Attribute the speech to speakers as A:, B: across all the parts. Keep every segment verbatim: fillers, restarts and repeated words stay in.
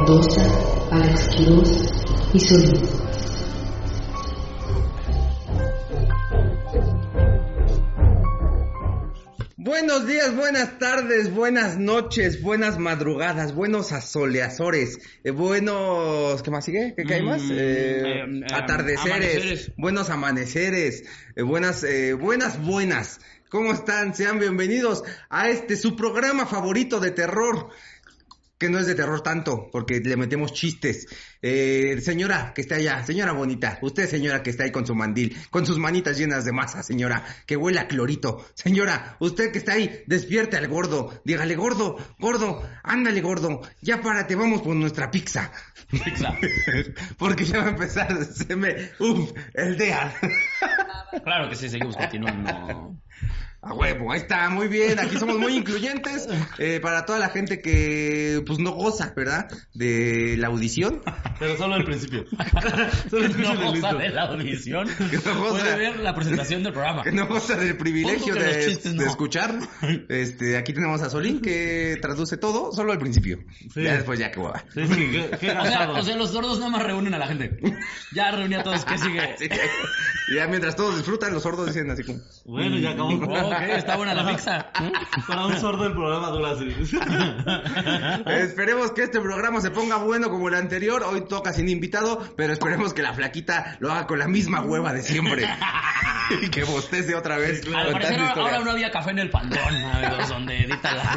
A: Mendoza, Alex Quiroz y Solín.
B: Buenos días, buenas tardes, buenas noches, buenas madrugadas, buenos asoleazores, eh, buenos... ¿Qué más sigue? ¿Qué cae más?
C: Mm,
B: Eh,
C: eh, eh,
B: atardeceres,
C: amaneceres.
B: buenos amaneceres, eh, buenas, eh, buenas, buenas. ¿Cómo están? Sean bienvenidos a este, su programa favorito de terror. Que no es de terror tanto, porque le metemos chistes. Eh, señora que está allá, señora bonita, usted señora que está ahí con su mandil, con sus manitas llenas de masa, señora, que huele a clorito. Señora, usted que está ahí, despierte al gordo, dígale, gordo, gordo, ándale gordo, ya párate, vamos por nuestra pizza.
C: Pizza.
B: Porque ya va a empezar, se me, uff, el día.
C: Claro que sí, seguimos continuando.
B: A huevo, ahí está, muy bien, aquí somos muy incluyentes eh, para toda la gente que pues no goza, ¿verdad? De la audición.
D: Pero solo al principio. Solo al
C: No
D: principio
C: goza
D: listo.
C: de la audición.
B: Que no goza,
C: Puede ver la presentación del programa.
B: que no goza del privilegio
C: Punto que los
B: de,
C: chistes no.
B: de escuchar. Este, aquí tenemos a Solín que traduce todo solo al principio.
D: Sí.
B: Ya después ya que hueva.
D: Sí, sí, qué, qué
C: O sea,
D: cansado.
C: o sea, los sordos nada más reúnen a la gente. Ya reuní a todos, ¿qué sigue?
B: Así que, y ya mientras todos disfrutan, los sordos dicen así como...
D: Bueno, ya acabó.
C: Oh, ok, está buena la pizza.
D: Para un sordo el programa dura así.
B: Esperemos que este programa se ponga bueno como el anterior. Hoy toca sin invitado, pero esperemos que la flaquita lo haga con la misma hueva de siempre. Y que bostece otra vez.
C: Al
B: contando
C: parecer ahora,
B: historias.
C: ahora no había café en el Pantón, amigos, donde edita la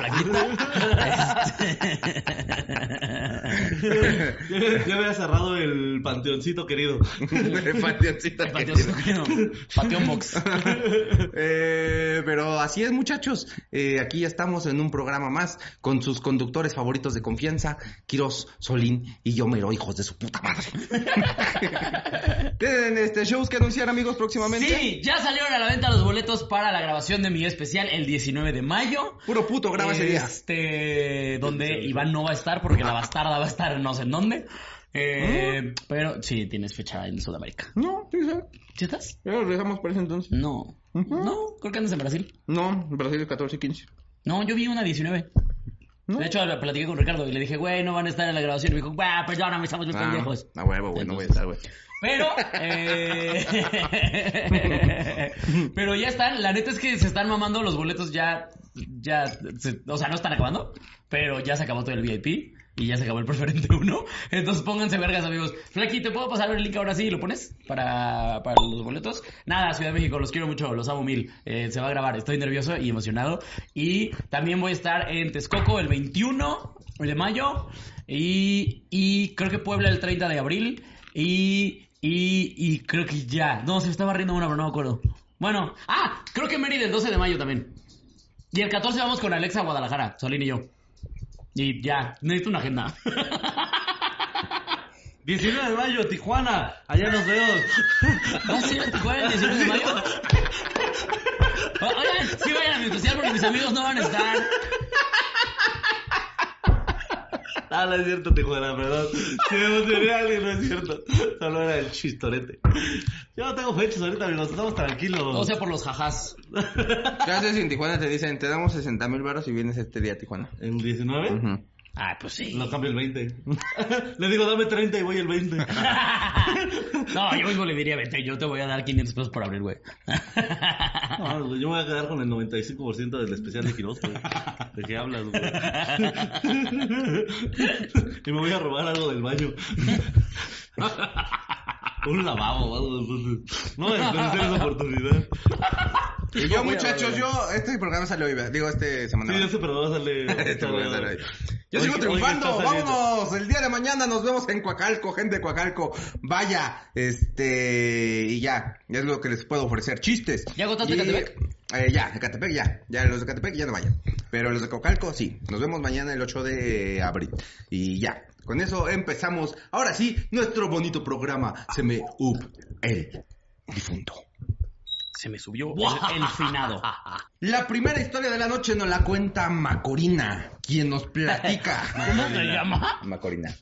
C: flaquita.
D: Ya, ya había cerrado el panteoncito querido.
B: El panteoncito
C: Este,
B: querido.
C: Pateón, Pateón Box.
B: Eh, pero así es, muchachos. Eh, aquí ya estamos en un programa más con sus conductores favoritos de confianza, Quiroz, Solín y yo mero, hijos de su puta madre. ¿Tienen este shows que anunciar, amigos, próximamente?
C: Sí, ya salieron a la venta los boletos para la grabación de mi especial el diecinueve de mayo.
B: Puro puto, graba ese día.
C: Este, donde Iván no va a estar porque la bastarda va a estar no sé en dónde. Eh, pero sí, tienes fecha en Sudamérica.
B: No, sí, sí.
C: ¿Sí estás?
B: Ya lo dejamos por ese entonces.
C: No.
B: Ujú.
C: No, creo que andas en Brasil.
B: No, Brasil es catorce y quince.
C: No, yo vi una diecinueve.
B: ¿No?
C: De hecho, platiqué con Ricardo y le dije, güey, no van a estar en la grabación. Y me dijo, güey, perdóname, estamos muy pendejos.
B: Ah, huevo, güey, no voy a estar, güey.
C: Pero, eh... pero ya están, la neta es que se están mamando los boletos ya, ya, se- o sea, no están acabando, pero ya se acabó todo el V I P y ya se acabó el preferente uno. Entonces pónganse vergas, amigos. Flaky, ¿te puedo pasar el link ahora sí? ¿Lo pones para, para los boletos? Nada, Ciudad de México, los quiero mucho, los amo mil. Eh, se va a grabar, estoy nervioso y emocionado. Y también voy a estar en Texcoco el veintiuno de mayo y, y creo que Puebla el treinta de abril y... Y, y creo que ya. No, se me estaba riendo una, pero no me acuerdo. Bueno. Ah, creo que Mérida el doce de mayo también. Y el catorce vamos con Alexa a Guadalajara, Solín y yo. Y ya, necesito una agenda.
D: diecinueve de mayo, Tijuana. Allá nos vemos.
C: ¿Vas a ir a Tijuana el diecinueve de mayo? O- Oigan, sí vayan a mi especial porque mis amigos no van a estar.
D: Ah, no es cierto, Tijuana, perdón. Si me emocioné a alguien, no es cierto. Solo era el chistorete. Yo no tengo fechas ahorita, amigos. Estamos tranquilos.
C: O sea, por los jajás.
B: ¿Qué haces si en Tijuana te dicen, te damos sesenta mil baros y vienes este día a Tijuana?
D: ¿En diecinueve?
B: Ujú.
C: Ah, pues sí.
D: Lo cambio el veinte. Le digo, dame treinta y voy el veinte.
C: No, yo mismo le diría, vete, yo te voy a dar quinientos pesos por abrir, güey.
D: No, güey, yo me voy a quedar con el noventa y cinco por ciento del especial de Quiroz, güey. ¿De qué hablas, güey? Y me voy a robar algo del baño. Un lavabo o algo. No me desperdicié esa oportunidad.
B: Y yo, muchachos, yo, este programa salió hoy, digo, este semana.
D: Sí, yo sé, pero va a salir.
B: Este programa salió hoy. Yo
D: Hoy-
B: sigo
D: hoy
B: triunfando,
D: está saliendo.
B: vámonos, el día de mañana nos vemos en Coacalco, gente de Coacalco, vaya, este, y ya, es lo que les puedo ofrecer, chistes.
C: ¿Ya agotaste
B: Y-
C: Ecatepec?
B: Eh, ya, Ecatepec ya, ya los de Ecatepec ya no vayan, pero los de Coacalco sí, nos vemos mañana el ocho de abril, y ya, con eso empezamos, ahora sí, nuestro bonito programa, se me up el difunto.
C: Se me subió el, el finado.
B: La primera historia de la noche nos la cuenta Macorina, quien nos platica.
C: ¿Cómo se llama?
B: Macorina.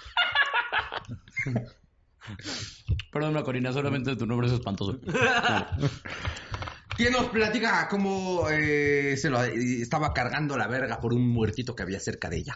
C: Perdón, Corina, solamente tu nombre es espantoso.
B: Quien nos platica cómo eh, se lo estaba cargando la verga por un muertito que había cerca de ella.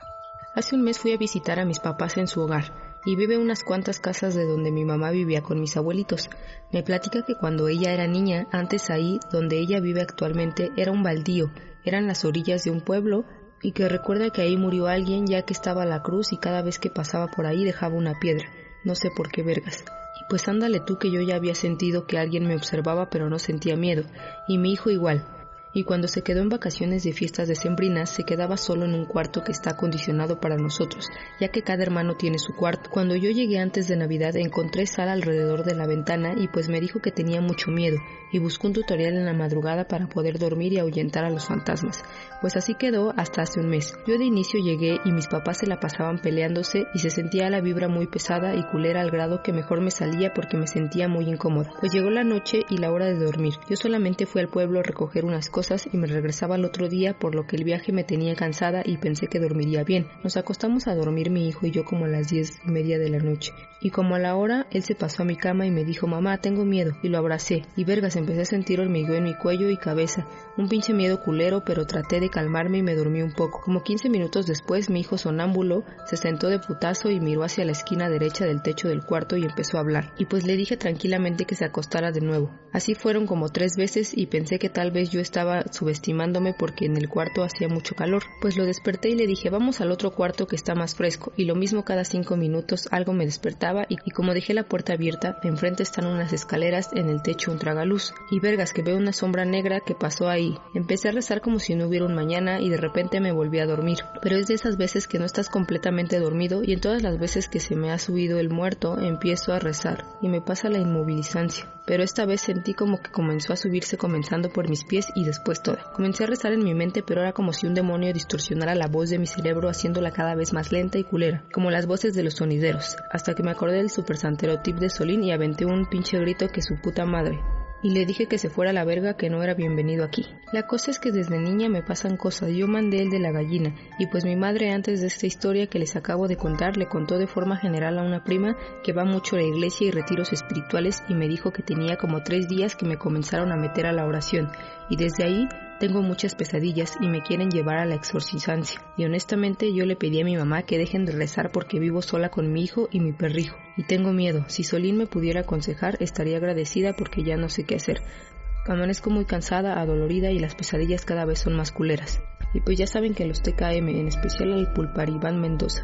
E: Hace un mes fui a visitar a mis papás en su hogar y vive unas cuantas casas de donde mi mamá vivía con mis abuelitos. Me platica que cuando ella era niña, antes ahí donde ella vive actualmente era un baldío, eran las orillas de un pueblo, y que recuerda que ahí murió alguien ya que estaba la cruz y cada vez que pasaba por ahí dejaba una piedra, no sé por qué vergas. Y pues ándale tú que yo ya había sentido que alguien me observaba pero no sentía miedo, y mi hijo igual. Y cuando se quedó en vacaciones de fiestas decembrinas, se quedaba solo en un cuarto que está acondicionado para nosotros, ya que cada hermano tiene su cuarto. Cuando yo llegué antes de Navidad, encontré Sara alrededor de la ventana y pues me dijo que tenía mucho miedo, y buscó un tutorial en la madrugada para poder dormir y ahuyentar a los fantasmas. Pues así quedó hasta hace un mes. Yo de inicio llegué y mis papás se la pasaban peleándose y se sentía la vibra muy pesada y culera al grado que mejor me salía porque me sentía muy incómoda. Pues llegó la noche y la hora de dormir. Yo solamente fui al pueblo a recoger unas cosas y me regresaba al otro día, por lo que el viaje me tenía cansada y pensé que dormiría bien. Nos acostamos a dormir mi hijo y yo como a las diez y media de la noche. Y como a la hora, él se pasó a mi cama y me dijo, mamá, tengo miedo, y lo abracé. Y vergas, empecé a sentir hormigueo en mi cuello y cabeza. Un pinche miedo culero, pero traté de calmarme y me dormí un poco. Como quince minutos después, mi hijo sonámbulo se sentó de putazo y miró hacia la esquina derecha del techo del cuarto y empezó a hablar. Y pues le dije tranquilamente que se acostara de nuevo. Así fueron como tres veces y pensé que tal vez yo estaba subestimándome porque en el cuarto hacía mucho calor. Pues lo desperté y le dije, vamos al otro cuarto que está más fresco. Y lo mismo cada cinco minutos algo me despertaba y, y como dejé la puerta abierta, enfrente están unas escaleras, en el techo un tragaluz. Y vergas que veo una sombra negra que pasó ahí. Empecé a rezar como si no hubiera un mañana y de repente me volví a dormir. Pero es de esas veces que no estás completamente dormido y en todas las veces que se me ha subido el muerto empiezo a rezar y me pasa la inmovilizancia. Pero esta vez sentí como que comenzó a subirse comenzando por mis pies y después toda. Comencé a rezar en mi mente, pero era como si un demonio distorsionara la voz de mi cerebro haciéndola cada vez más lenta y culera, como las voces de los sonideros, hasta que me acordé del super santero tip de Solín y aventé un pinche grito que su puta madre. Y le dije que se fuera a la verga, que no era bienvenido aquí. La cosa es que desde niña me pasan cosas. Yo mandé el de la gallina, y pues mi madre antes de esta historia que les acabo de contar le contó de forma general a una prima que va mucho a la iglesia y retiros espirituales y me dijo que tenía como tres días que me comenzaron a meter a la oración y desde ahí tengo muchas pesadillas y me quieren llevar a la exorcizancia. Y honestamente yo le pedí a mi mamá que dejen de rezar porque vivo sola con mi hijo y mi perrijo. Y tengo miedo. Si Solín me pudiera aconsejar, estaría agradecida porque ya no sé qué hacer. Amanezco muy cansada, adolorida y las pesadillas cada vez son más culeras. Y pues ya saben que los T K M, en especial el Pulparibán Mendoza.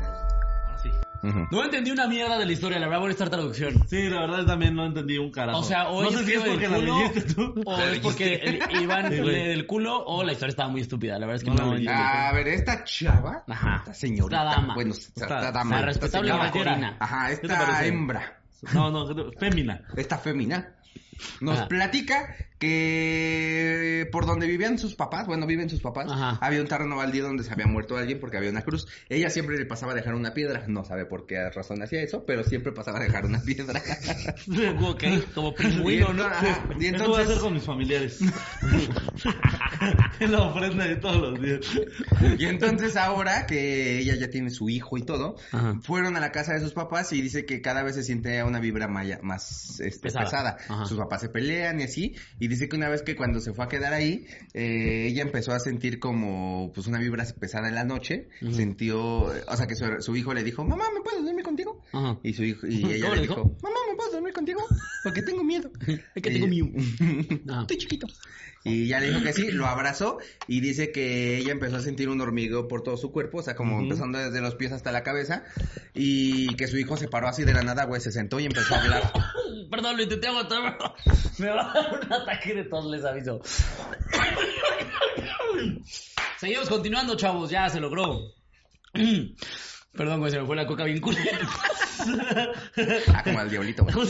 C: Uh-huh. No entendí una mierda de la historia, la verdad, por esta traducción.
D: Sí, la verdad también no entendí un carajo.
C: O sea, o
D: no
C: es
D: sé si es porque la leíste tú.
C: O es porque el, Iván sí, lee del culo, o la historia estaba muy estúpida. La verdad es que no, no entendí.
B: A ver, esta chava,
C: ajá,
B: esta señorita,
C: esta dama,
B: bueno, esta,
C: esta,
B: esta dama,
C: la respetable masculina.
B: Ajá, esta hembra.
D: No, no, fémina.
B: Esta fémina. Nos Ajá. platica que por donde vivían sus papás, bueno, viven sus papás, Ajá. había un terreno baldío donde se había muerto alguien porque había una cruz. Ella siempre le pasaba a dejar una piedra, no sabe por qué razón hacía eso, pero siempre pasaba a dejar una piedra.
C: Ok, como pingüino, ¿no?
D: Ajá. Y entonces... Eso voy a hacer con mis familiares. Es la ofrenda de todos los días.
B: Y entonces ahora que ella ya tiene su hijo y todo, Ajá. fueron a la casa de sus papás y dice que cada vez se siente una vibra maya, más este, pesada. pesada. Sus papás se pelean y así, y dice que una vez que cuando se fue a quedar ahí, eh, ella empezó a sentir como pues una vibra pesada en la noche, uh-huh. sintió, o sea que su, su hijo le dijo, mamá, ¿me puedes dormir contigo? Uh-huh. Y su hijo, y ella le dijo, dijo, mamá, ¿me puedes dormir contigo? Porque tengo miedo.
C: Es que tengo miedo.
B: Estoy chiquito. Y ya le dijo que sí, lo abrazó y dice que ella empezó a sentir un hormigueo por todo su cuerpo, o sea, como uh-huh. empezando desde los pies hasta la cabeza, y que su hijo se paró así de la nada, güey, se sentó y empezó a hablar.
C: Perdón, lo intenté aguantar, pero me va a dar un ataque de tos, les aviso. Seguimos continuando, chavos, ya se logró. Perdón, güey, se me fue la coca bien cool.
B: Ah, como al diablito, güey.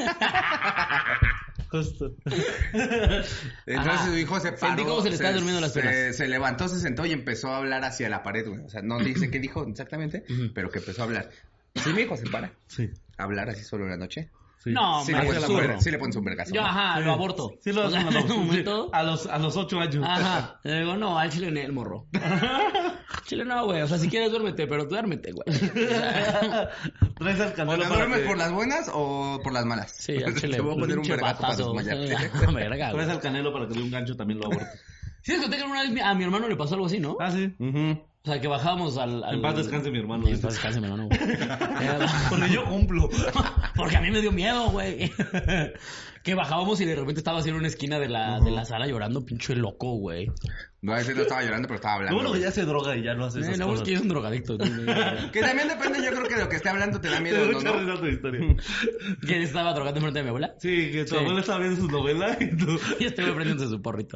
D: Justo.
B: Entonces Ajá. su hijo se paró.
C: Sentí cómo se le están durmiendo las penas.
B: Se, se levantó, se sentó y empezó a hablar hacia la pared, güey. O sea, no dice qué dijo exactamente, uh-huh. pero que empezó a hablar. Sí, mi hijo se para.
D: Sí.
B: A hablar así solo en la noche.
C: Sí. No,
B: sí, le pones un, sí le pones un vergazo.
C: Yo, ajá, sí. lo aborto.
D: Sí, lo hacen a, momento... a los a los ocho años.
C: Ajá. Le digo, no, al chile en el morro. Chile no, güey. O sea, si quieres duérmete, pero duérmete, güey. O sea...
D: Traes al canelo.
B: ¿O te duermes que... por las buenas o por las malas?
C: Sí, al chile.
B: Te voy a poner un vergazo para desmayarte.
D: Traes al canelo para que de un gancho también lo aborte.
C: Sí, les conté que una vez a mi hermano le pasó algo así, ¿no?
D: Ah, sí.
B: Uh-huh.
C: O sea, que bajábamos al... al...
D: En paz descanse mi hermano.
C: En paz descanse mi hermano, güey.
D: Porque yo cumplo.
C: Porque a mí me dio miedo, güey. Que bajábamos y de repente estaba así en una esquina de la, uh-huh. de la sala llorando, pinche loco, güey.
B: No, ese no estaba llorando, pero estaba hablando.
D: Lo bueno que ya se droga y ya no hace esas
C: eh, no,
D: cosas.
C: es que es un drogadicto.
B: Que también depende, yo creo que de lo que esté hablando te da miedo,
D: Te
B: ¿no?
D: ¿no?
B: ¿no?
D: Tu historia.
C: ¿Quién estaba drogando enfrente de mi abuela?
D: Sí, que tu
C: Sí.
D: abuela estaba viendo su novela y tú...
C: Y estuve prendiéndose su porrito.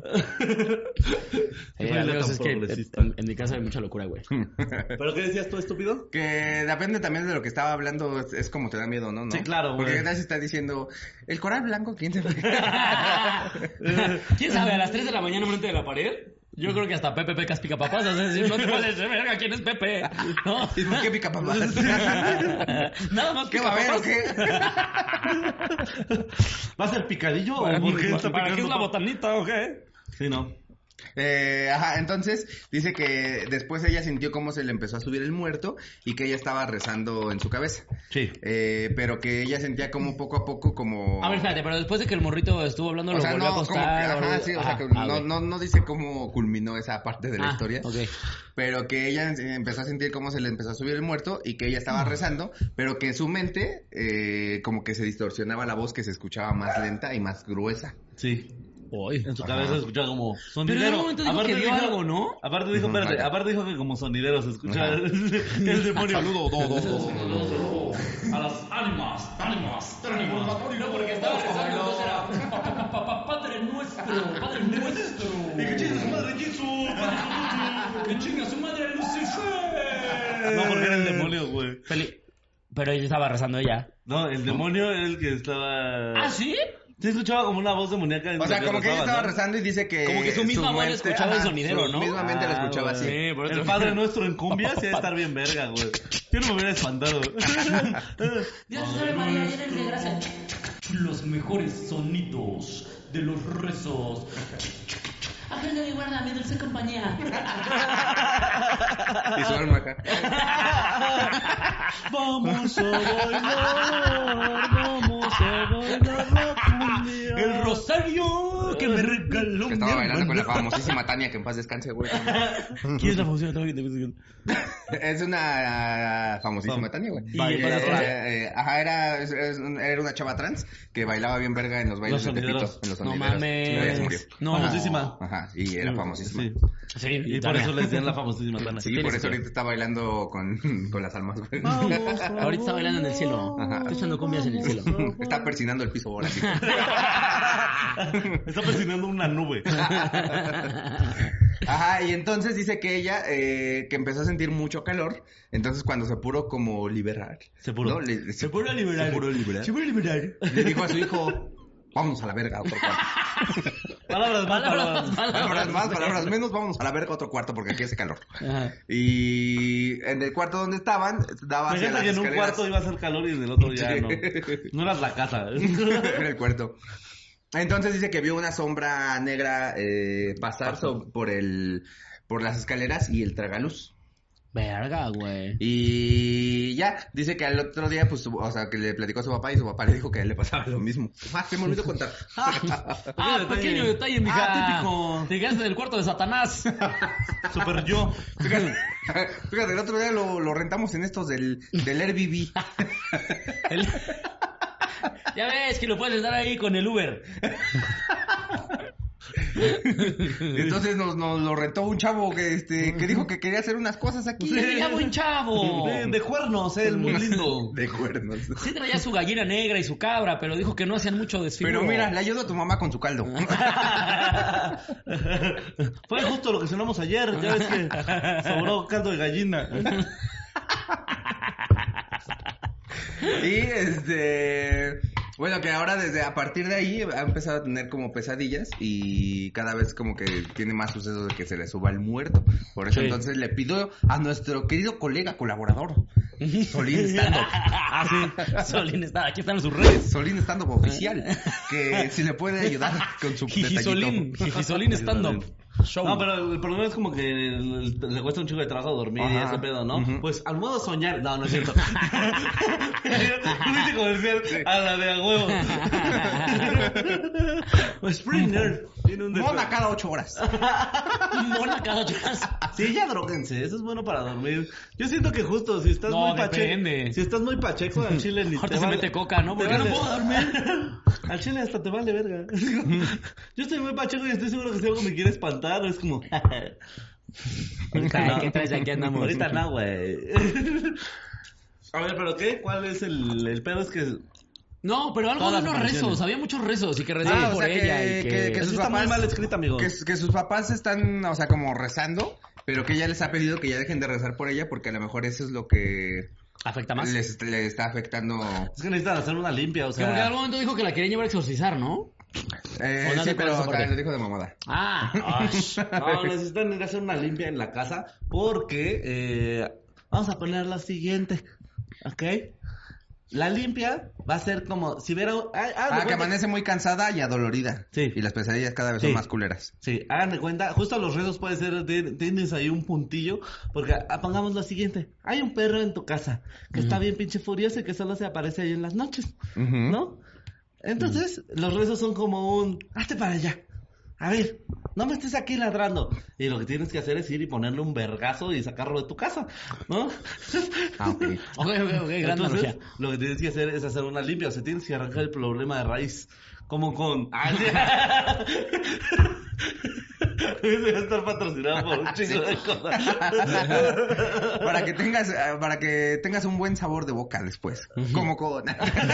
D: Qué
C: eh,
D: familia
C: amigos,
D: tan
C: es que
D: progresista.
C: en, en mi casa hay mucha locura, güey.
D: ¿Pero qué decías tú, estúpido?
B: Que depende también de lo que estaba hablando, es, es como te da miedo, ¿no? ¿no?
D: Sí, claro,
B: Porque
D: güey.
B: qué tal si está diciendo, el coral blanco, ¿quién se fue?
C: ¿Quién sabe? A las tres de la mañana enfrente de la pared. Yo creo que hasta Pepe Pecas pica papas. O sea, si no te puedes decir, verga, ¿quién es Pepe? ¿No?
B: ¿Y por qué pica papas?
C: Nada más
B: ¿Qué
C: pica
B: va a haber o
C: papas.
B: qué?
D: ¿Va a ser picadillo
C: ¿Para,
D: o por qué está
C: ¿para
D: picando?
C: qué es la
D: pa-
C: botanita o qué?
D: Sí, no.
B: Eh, ajá, entonces dice que después ella sintió cómo se le empezó a subir el muerto y que ella estaba rezando en su cabeza.
D: Sí.
B: Eh, pero que ella sentía como poco a poco como...
C: A ver, espérate, pero después de que el morrito estuvo hablando,
B: O
C: lo
B: sea,
C: volvió a
B: no, como que,
C: acostar.
B: ajá,
C: o-
B: sí, o
C: ajá,
B: sea, que
C: ah,
B: no,
C: güey.
B: no, no dice cómo culminó esa parte de la
C: Ah,
B: historia,
C: ok.
B: pero que ella empezó a sentir cómo se le empezó a subir el muerto y que ella estaba rezando, pero que en su mente eh, como que se distorsionaba la voz, que se escuchaba más lenta y más gruesa.
D: Sí.
C: Uy.
D: En su
B: Ajá.
D: cabeza se escuchaba como sonidero.
C: Pero en un momento dijo que vio algo, ¿no?
D: Aparte dijo,
B: Ujú,
D: espérate,
B: vale.
D: aparte dijo que como sonidero se escuchaba
B: Ajá.
D: que el demonio.
B: Saludo, do, do, do, do.
C: A las ánimas, ánimas, ánimas. No, porque estaba rezando, entonces era pa, pa, pa, pa, pa, Padre nuestro, Padre nuestro.
D: Y que chinga su madre Jesús.
C: Que chinga su madre Lucifer.
D: No, porque era el demonio, güey.
C: Feli- Pero ella estaba rezando ella.
D: No, el demonio era el que estaba...
C: ¿Ah, sí?
D: Sí escuchaba como una voz demoníaca.
B: O sea, como que ella estaba rezando y dice que...
C: Como que su misma voz
B: mente-
C: escuchaba el
B: ajá,
C: sonidero,
B: su
C: ¿no?
B: misma mente la
D: Ah,
B: escuchaba así.
D: güey.
C: Sí, por eso-
D: El Padre Nuestro en cumbia sí debe estar bien verga, güey. Yo no me hubiera espantado.
C: Dios te salve María, llena eres de gracia. Los mejores sonidos de los rezos. Ángel de mi guarda, mi dulce compañía.
B: Y su alma acá.
D: Vamos a bailar, vamos a bailar la cumbia.
C: El rosario que me regaló
B: Que
C: mi
B: estaba bailando con la
C: hermano.
B: famosísima Tania, que en paz descanse, güey.
C: ¿Quién es la famosísima Tania?
B: Es una famosísima Tania, güey.
C: ¿Y
B: Bailadora,
C: paz
B: eh, eh, ajá, era, es- es un- era una chava trans que bailaba bien verga en los bailes
D: Los
B: de
D: sonideros.
B: Tepito, en los
C: No
B: sonideros.
C: mames.
B: Pero ella se murió.
C: No.
D: Famosísima.
B: Ajá, y era famosísima.
D: Sí.
C: Sí,
D: Y por eso les decían la famosísima Tana.
B: Sí, por eso ahorita está bailando con, con las almas, güey.
C: Ahorita está bailando en el cielo.
B: Ajá.
C: Está echando cumbias en el cielo.
B: Está persinando el piso ahora sí.
D: Está presionando una nube.
B: Ajá, y entonces dice que ella, eh, que empezó a sentir mucho calor, entonces cuando se pudo como liberar.
D: Se pudo.
B: ¿no? Le-
C: Se pudo liberar.
B: Se pudo liberar.
C: Se pudo liberar.
B: Le dijo a su hijo, vámonos a la verga, otro cuarto.
D: Palabras más, palabras más.
B: Palabras más, palabras menos, vámonos a la verga, otro cuarto, porque aquí hace calor.
C: Ajá.
B: Y en el cuarto donde estaban, daba hacia
D: Fíjate
B: las
D: que en un
B: escaleras.
D: cuarto iba a hacer calor y en el otro ya
B: Sí.
D: no. No eras la casa.
B: Era el cuarto. Entonces dice que vio una sombra negra eh, pasar
D: Pasó.
B: so- por el por las escaleras y el tragaluz.
C: Verga, güey.
B: Y ya, dice que al otro día, pues, o sea, que le platicó a su papá y su papá le dijo que a él le pasaba lo mismo. Ah, se me olvidó contar.
C: Ah,
D: detalle.
C: pequeño detalle, mija.
D: Ah, típico.
C: Te quedaste del cuarto de Satanás.
D: Super yo.
B: Fíjate, fíjate, el otro día lo, lo rentamos en estos del, del Airbnb.
C: El- Ya ves que lo puedes dar ahí con el Uber.
B: Entonces nos, nos lo rentó un chavo que este que dijo que quería hacer unas cosas aquí.
C: Sí, ya buen chavo.
D: De, de cuernos, él, muy lindo.
B: De cuernos.
C: Sí traía su gallina negra y su cabra, pero dijo que no hacían mucho desfile.
B: Pero mira, le ayudo a tu mamá con su caldo.
D: Fue justo lo que cenamos ayer. Ya ves que sobró caldo de gallina.
B: Y este, bueno, que ahora desde a partir de ahí ha empezado a tener como pesadillas y cada vez como que tiene más sucesos de que se le suba el muerto. Por eso
C: Sí.
B: entonces le pido a nuestro querido colega colaborador, Solín Stand Up,
C: Ah, sí. Solín está, aquí están sus redes.
B: Solín Stand Up oficial, que si le puede ayudar con su
C: Jijisolín,
B: detallito.
C: Jijisolín stand-up. Show.
D: No, pero el problema es como que el- le cuesta un chico de trabajo dormir y
B: Ajá.
D: ese pedo, ¿no?
B: Ujú.
D: Pues al modo soñar. No, no es cierto. Un pinche comercial a la de a huevo. Springer. Tiene un
B: Mona cada ocho horas.
C: Mona cada ocho horas.
D: Sí, ya droguense, eso es bueno para dormir. Yo siento que justo, si estás
C: No,
D: muy pacheco,
C: depende.
D: si estás muy pacheco, al chile ni
C: Ahorita
D: te
C: se
D: vale.
C: mete coca, ¿no?
D: te
C: Porque no
D: vale.
C: puedo dormir.
D: Al chile hasta te vale verga. Yo estoy muy pacheco y estoy seguro que si algo me quiere espantar, es como... Ahorita
C: Ay,
D: no.
C: ¿qué traes? Aquí andamos.
D: Ahorita no, güey. A ver, ¿pero qué? ¿Cuál es el, el pedo? Es que...
C: No, pero algo de
D: Todas
C: unos
D: las
C: rezos.
D: apariciones.
C: Había muchos rezos y que rezaban
B: Ah, o
C: por
B: sea,
C: ella.
B: que-
C: y que...
B: que- que
D: Eso
B: sus
D: está muy
B: papás-
D: mal escrito, amigo.
B: Que, que sus papás están, o sea, como rezando, pero que ella les ha pedido que ya dejen de rezar por ella porque a lo mejor eso es lo que
C: ¿Afecta más?
B: les, les está afectando.
D: Es que necesitan hacer una limpia, o
C: Que porque en
D: sea...
C: algún momento dijo que la querían llevar a exorcizar, ¿no?
B: Eh,
C: O no
B: sí,
C: te
B: pero
C: acuerdas por qué.
B: lo dijo de mamada.
C: Ah, ash.
D: No, necesitan ir a hacer una limpia en la casa porque eh, vamos a poner lo siguiente, ¿ok? La limpia va a ser como si hubiera... Ah, hagan de
B: Ah, que
D: cuenta-
B: amanece muy cansada y adolorida.
D: Sí.
B: Y las pesadillas cada vez
D: Sí.
B: son más culeras.
D: Sí, hagan de cuenta, justo los rezos puede ser, ti- tienes ahí un puntillo, porque ah, pongamos lo siguiente, hay un perro en tu casa que está bien pinche furioso y que solo se aparece ahí en las noches,
B: Ujú.
D: ¿no? Entonces, los rezos son como un, hazte para allá, a ver, no me estés aquí ladrando, y lo que tienes que hacer es ir y ponerle un vergazo y sacarlo de tu casa, ¿no?
B: Ah, ok.
C: Ok, ok, ok, gran
D: Entonces,
C: analogía.
D: lo que tienes que hacer es hacer una limpia, o sea, tienes que arrancar el problema de raíz. Como con... Ah, sí. Debe estar patrocinado por un chingo de cosas.
B: Para que tengas, eh, para que tengas un buen sabor de boca después. Como con.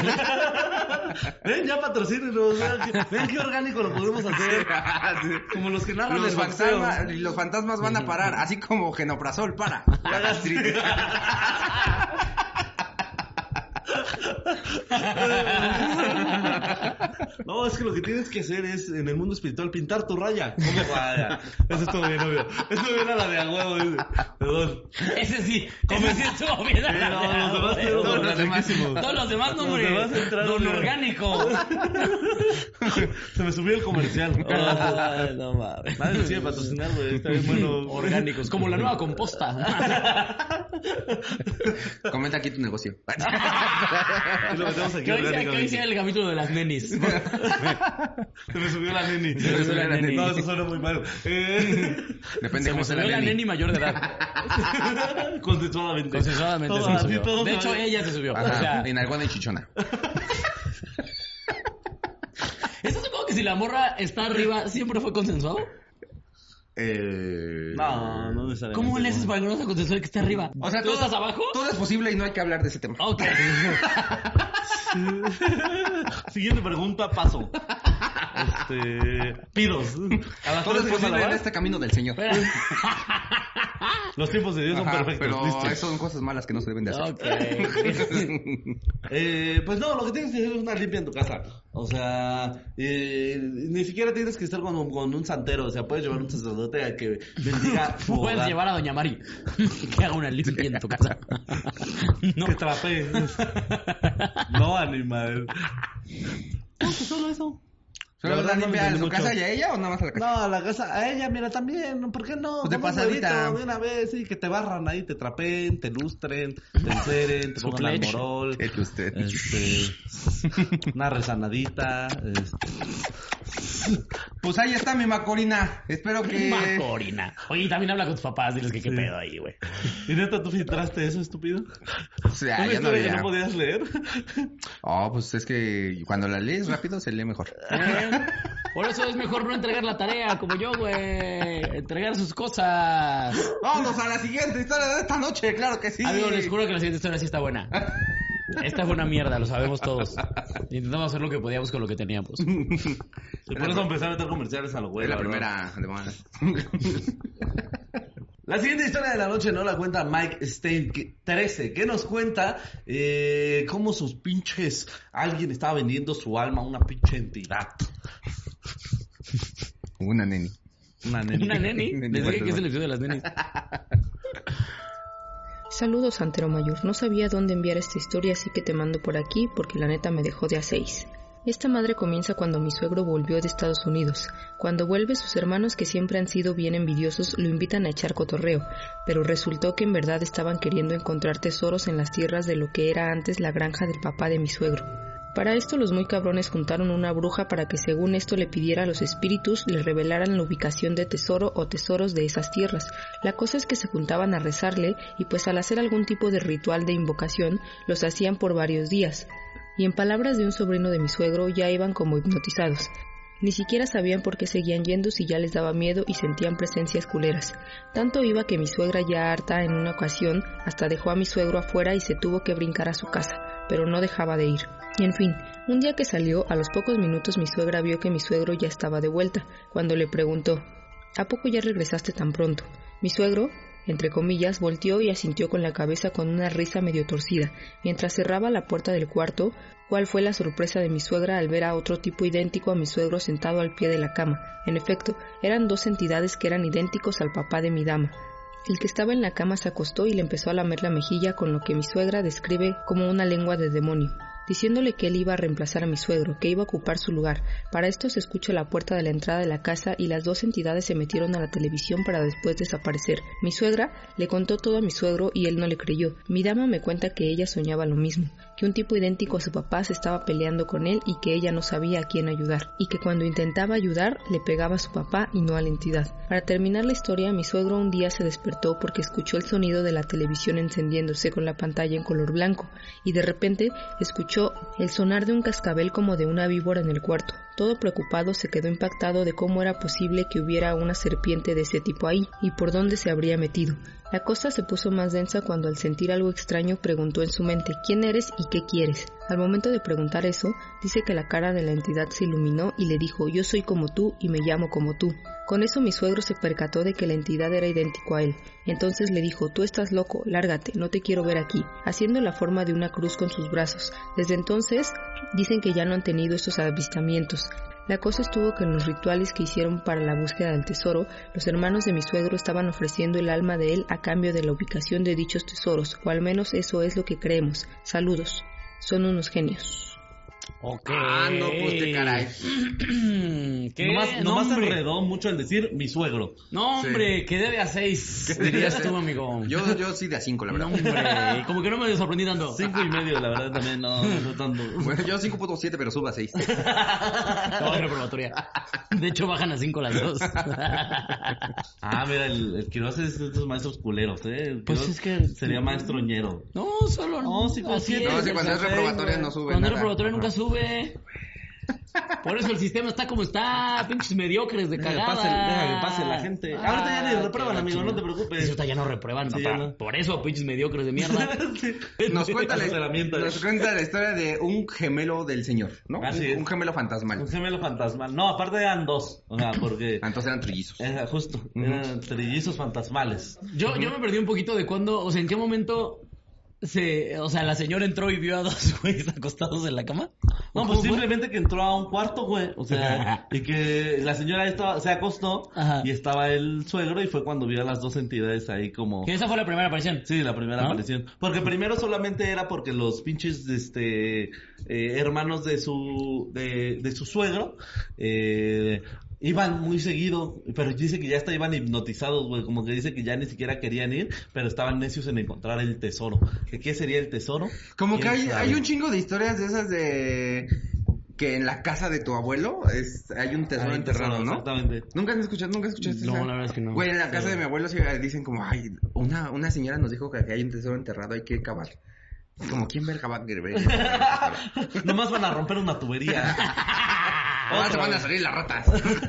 D: Ven, ya patrocínenos. Vean qué, vean qué orgánico lo podemos hacer. Como los que narran
B: Los
D: el boxeo.
B: fantasmas, los fantasmas van a parar, así como genoprazol para la gastritis.
D: No, es que lo que tienes que hacer es, en el mundo espiritual, pintar tu raya. ¿Cómo raya? Eso estuvo bien obvio. Eso era la de a huevo. ese. Perdón.
C: Ese sí, ese sí estuvo bien.
D: Sí, no, los demás fueron
B: Todos los demás-
D: orgánicos.
C: Todos los demás, no,
D: Los
C: hombre.
D: demás entraron
C: Don
D: bien.
C: orgánico.
D: Se me subió el comercial.
C: Ay, no mames.
D: Nadie me sigue patrocinar, güey. Está bien bueno.
C: Orgánicos, como la nueva composta.
B: Comenta aquí tu negocio.
D: Y lo metemos aquí
C: ¿Qué dice,
D: orgánicamente.
C: ¿qué dice el capítulo de las nenis?
D: Se me subió la neni.
C: Se me subió la neni.
D: No, eso suena muy mal. Eh,
B: Depende
C: Se
B: cómo
C: me
B: sea
C: subió
B: la
C: la
B: neni.
C: neni mayor de edad.
D: Consensuadamente.
C: Consensuadamente
D: Todo,
C: se me
D: así,
C: subió.
D: todo
C: De hecho,
D: sabe.
C: ella se subió.
B: Ajá,
C: O sea,
B: en alguna y chichona.
C: ¿eso supongo que si la morra está arriba, siempre fue consensuado?
B: Eh...
D: No, no necesariamente.
C: ¿Cómo le haces para que no sea consensuado que esté arriba?
B: O sea,
C: ¿tú
B: todo,
C: estás abajo?
B: Todo es posible y no hay que hablar de ese tema.
C: Ok.
D: Siguiente pregunta, paso. Este. Pidos. A las
B: Todo es
D: tres
B: posible
D: ¿verdad?
B: en este camino del Señor.
C: Espera.
D: Los tiempos de Dios son
B: Ajá,
D: perfectos.
B: pero
D: listo.
B: son cosas malas que no se deben de hacer.
C: Ok.
D: Eh, pues no, lo que tienes que hacer es una limpia en tu casa. O sea, eh, ni siquiera tienes que estar con un, con un santero. O sea, puedes llevar un sacerdote a que bendiga tu
C: Puedes
D: hogar.
C: llevar a Doña Mari que haga una limpia en tu casa. No.
D: Que trapee. No, animal. No, pues solo eso.
B: ¿Solo
D: La
B: la
D: verdad no
B: limpia
D: me
B: en
D: entendí
B: su casa
D: mucho.
B: y a ella o nada más a la casa?
D: No, a la casa, a ella, mira, también, ¿por qué no?
B: Pues de
D: Como un
B: pasadita.
D: huevito de una vez, sí, que te barran ahí, te trapeen, te lustren, te enceren, te
C: Su
D: pongan al
C: pledge.
D: morol,
B: Es usted.
D: este, una rezanadita, este,
B: Pues ahí está mi Macorina. Espero que...
C: Macorina. Oye, y también habla con tus papás, diles que qué
D: Sí.
C: pedo ahí, güey.
D: ¿y neta tú filtraste eso, estúpido?
B: O sea,
D: ¿Una
B: ya no
D: historia que
B: había-
D: no podías leer?
B: Oh, pues es que cuando la lees rápido se lee mejor.
C: ¿Eh? Por eso es mejor no entregar la tarea, como yo, güey. Entregar sus cosas.
B: Vámonos a la siguiente historia de esta noche, claro que sí.
C: Amigo, les juro que la siguiente historia sí está buena. Esta fue una mierda, lo sabemos todos. Intentamos hacer lo que podíamos con lo que teníamos.
D: Y por eso empecé a meter comerciales a lo güey.
B: Fue la
D: la verdad.
B: primera de
D: La siguiente historia de la noche no la cuenta Mike Stein que- trece, que nos cuenta eh, cómo sus pinches... Alguien estaba vendiendo su alma a una pinche entidad.
B: Una neni.
D: Una nena.
C: Una neni. Les dije que es el episodio de las nenis.
E: Saludos, Santero Mayor. No sabía dónde enviar esta historia, así que te mando por aquí porque la neta me dejó de a seis. Esta madre comienza cuando mi suegro volvió de Estados Unidos. Cuando vuelve, sus hermanos, que siempre han sido bien envidiosos, lo invitan a echar cotorreo, pero resultó que en verdad estaban queriendo encontrar tesoros en las tierras de lo que era antes la granja del papá de mi suegro. Para esto los muy cabrones juntaron una bruja para que según esto le pidiera a los espíritus le revelaran la ubicación de tesoro o tesoros de esas tierras. La cosa es que se juntaban a rezarle y pues al hacer algún tipo de ritual de invocación los hacían por varios días. Y en palabras de un sobrino de mi suegro ya iban como hipnotizados. Ni siquiera sabían por qué seguían yendo si ya les daba miedo y sentían presencias culeras. Tanto iba que mi suegra ya harta en una ocasión hasta dejó a mi suegro afuera y se tuvo que brincar a su casa, pero no dejaba de ir. Y en fin, un día que salió, a los pocos minutos mi suegra vio que mi suegro ya estaba de vuelta, cuando le preguntó, ¿a poco ya regresaste tan pronto? Mi suegro, entre comillas, volteó y asintió con la cabeza con una risa medio torcida, mientras cerraba la puerta del cuarto. ¿Cuál fue la sorpresa de mi suegra al ver a otro tipo idéntico a mi suegro sentado al pie de la cama? En efecto, eran dos entidades que eran idénticos al papá de mi dama. El que estaba en la cama se acostó y le empezó a lamer la mejilla con lo que mi suegra describe como una lengua de demonio, diciéndole que él iba a reemplazar a mi suegro, que iba a ocupar su lugar. Para esto se escucha la puerta de la entrada de la casa y las dos entidades se metieron a la televisión para después desaparecer. Mi suegra le contó todo a mi suegro y él no le creyó. Mi dama me cuenta que ella soñaba lo mismo, que un tipo idéntico a su papá se estaba peleando con él y que ella no sabía a quién ayudar, y que cuando intentaba ayudar le pegaba a su papá y no a la entidad. Para terminar la historia, mi suegro un día se despertó porque escuchó el sonido de la televisión encendiéndose con la pantalla en color blanco y de repente escuchó el sonar de un cascabel como de una víbora en el cuarto. Todo preocupado se quedó impactado de cómo era posible que hubiera una serpiente de ese tipo ahí y por dónde se habría metido. La cosa se puso más densa cuando al sentir algo extraño preguntó en su mente ¿quién eres y qué quieres? Al momento de preguntar eso, dice que la cara de la entidad se iluminó y le dijo yo soy como tú y me llamo como tú. Con eso mi suegro se percató de que la entidad era idéntico a él. Entonces le dijo, tú estás loco, lárgate, no te quiero ver aquí, haciendo la forma de una cruz con sus brazos. Desde entonces dicen que ya no han tenido estos avistamientos. La cosa estuvo que en los rituales que hicieron para la búsqueda del tesoro, los hermanos de mi suegro estaban ofreciendo el alma de él a cambio de la ubicación de dichos tesoros, o al menos eso es lo que creemos. Saludos, son unos genios.
C: Ok.
B: Ah, no, pues qué caray.
C: ¿Qué?
D: Nomás,
C: No,
D: nomás
C: hombre.
D: enredó mucho el decir mi suegro.
C: No, hombre, que debe a seis, dirías tú, amigo.
B: Yo, yo sí de a cinco, la
C: No,
B: verdad.
C: hombre, como que no me sorprendí tanto.
D: Cinco y medio, la verdad, también no, no tanto.
B: Bueno, yo cinco punto siete, pero subo a seis.
C: No, es reprobatoria. De hecho, bajan a cinco las dos.
D: Ah, mira, el, el Quiroz es de estos maestros culeros, ¿eh? El
C: Pues
D: Quiroz
C: es que-
D: sería maestro ñero.
C: No, solo
D: No,
C: no.
D: sí, como
C: Así
D: siete.
B: No, si
C: es.
B: cuando es
D: seis,
B: reprobatoria
D: güey.
B: no sube
C: Cuando es
B: nada.
C: reprobatoria nunca
B: Ajá.
C: sube. Por eso el sistema está como está, pinches mediocres de
D: Deja que
C: cagada.
D: pase, deja que pase la gente. Ahorita ya ni
C: Ah,
D: reprueban,
C: qué
D: amigo, no te
C: chingada.
D: preocupes.
C: Ahorita ya no reprueban,
D: Sí,
C: papá.
D: ya no.
C: Por eso, pinches mediocres de mierda.
B: Nos cuenta, la,
D: Las herramientas.
B: nos cuenta la historia de un gemelo del señor, ¿no?
D: Así
B: un,
D: es.
B: un gemelo fantasmal.
D: Un gemelo fantasmal. No, aparte eran dos. O sea, porque...
B: Ah, entonces eran trillizos.
D: Era justo, eran trillizos fantasmales.
C: Yo, yo me perdí un poquito de cuándo, o sea, ¿en qué momento se, o sea, la señora entró y vio a dos güeyes acostados en la cama?
D: No,
C: ¿Cómo
D: pues
C: fue?
D: simplemente que entró a un cuarto, güey. O sea, y que la señora estaba, se acostó
C: Ajá.
D: y estaba el suegro y fue cuando vio a las dos entidades ahí como...
C: Que esa fue la primera aparición.
D: Sí, la primera
C: ¿Ah?
D: aparición. Porque primero solamente era porque los pinches, este, eh, hermanos de su, de, de su suegro, eh, iban muy seguido, pero dice que ya hasta iban hipnotizados, güey, como que dice que ya ni siquiera querían ir, pero estaban necios en encontrar el tesoro. ¿Qué, qué sería el tesoro?
B: Como que
D: ¿Quién
B: hay,
D: sabe?
B: hay un chingo de historias de esas de... que en la casa de tu abuelo es, hay un tesoro
D: Hay un
B: enterrado,
D: tesoro,
B: ¿no?
D: Exactamente.
B: ¿Nunca has escuchado, nunca escuchaste
C: No,
B: esa?
C: la verdad es que no.
B: Güey, en la casa de mi abuelo sí dicen como, ay, una, una señora nos dijo que aquí hay un tesoro enterrado, hay que cavar. Como, ¿quién verga va a querer ver?
D: Nomás van a romper una tubería.
B: Ahora te van a salir las ratas.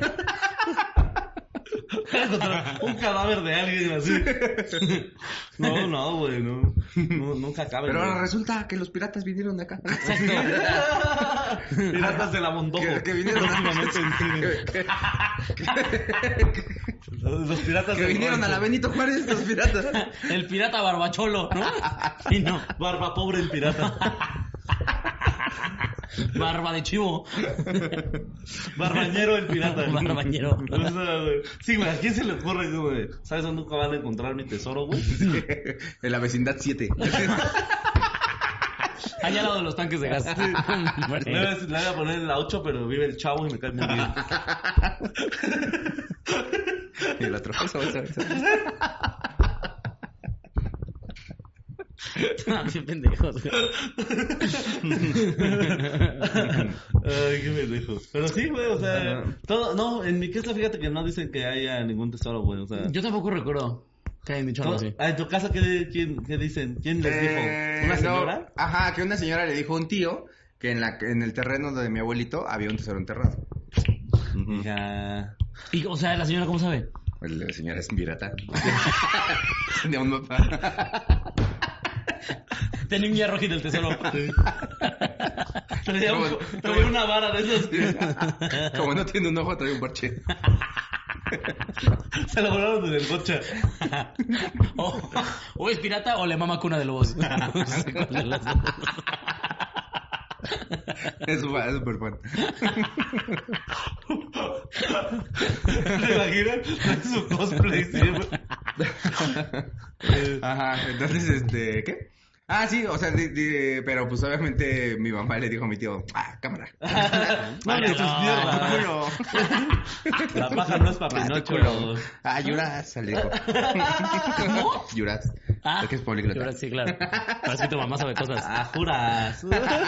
D: Un cadáver de alguien así. No, no, güey, no. No, nunca cabe.
B: Pero ahora
D: güey.
B: resulta que los piratas vinieron de acá.
D: Piratas de la Mondojo.
B: Que, que vinieron
D: Próximamente en cine. Los los piratas
B: que
D: del
B: vinieron a
D: rancho.
B: la Benito Juárez, los piratas.
C: El pirata barbacholo, ¿no? Sí, no.
D: Barba pobre el pirata.
C: Barba de chivo.
D: Barbañero el pirata.
C: Barbañero.
D: O sea, güey. Sí, güey, ¿a quién se le ocurre, güey? ¿Sabes dónde nunca van a encontrar mi tesoro, güey?
B: En la vecindad siete.
C: Allá al lado de los tanques de gas.
D: Le voy a, le voy a poner la ocho, pero vive el chavo y me cae muy bien.
B: Y el otro. Eso, eso, eso.
C: Ah, qué pendejos. güey.
D: qué pendejo. Pero sí, güey, o sea, todo, no, en mi casa fíjate que no dicen que haya ningún tesoro, güey, o sea.
C: Yo tampoco recuerdo que hayan dicho algo así.
D: Ah, en tu casa, ¿qué, quién, qué dicen? ¿Quién les
B: Eh,
D: dijo? ¿Una señora?
B: no, ajá, que una señora le dijo a un tío que en la en el terreno de mi abuelito había un tesoro enterrado. Ujú.
D: Ya.
C: Y, o sea, ¿la señora cómo sabe?
B: Pues la señora es pirata. De un mapa.
C: Tenía un hierro aquí del tesoro.
D: Traía, un-
B: Como-
D: traía una vara de esos.
B: Como no tiene un ojo, trae un parche.
D: Se lo volaron desde el coche.
C: O, o es pirata o le mama cuna de lobos. No sé cuál de las dos.
B: Es súper es súper fan.
D: ¿Se imaginan? Su cosplay siempre.
B: Ajá, entonces, este, ¿qué? Ah, sí, o sea, di- di- pero pues obviamente mi mamá le dijo a mi tío, ah, cámara.
D: No le tus mierdas.
B: Culo.
D: La paja no es para
B: Ah, tu
D: Pinocho.
B: culo. Ah, Yuras, le dijo.
C: ¿Cómo?
B: Yuras.
C: Ah,
B: Es que es políglota.
C: ahora sí, claro. Pero es que tu mamá sabe cosas.
D: Ah, juras.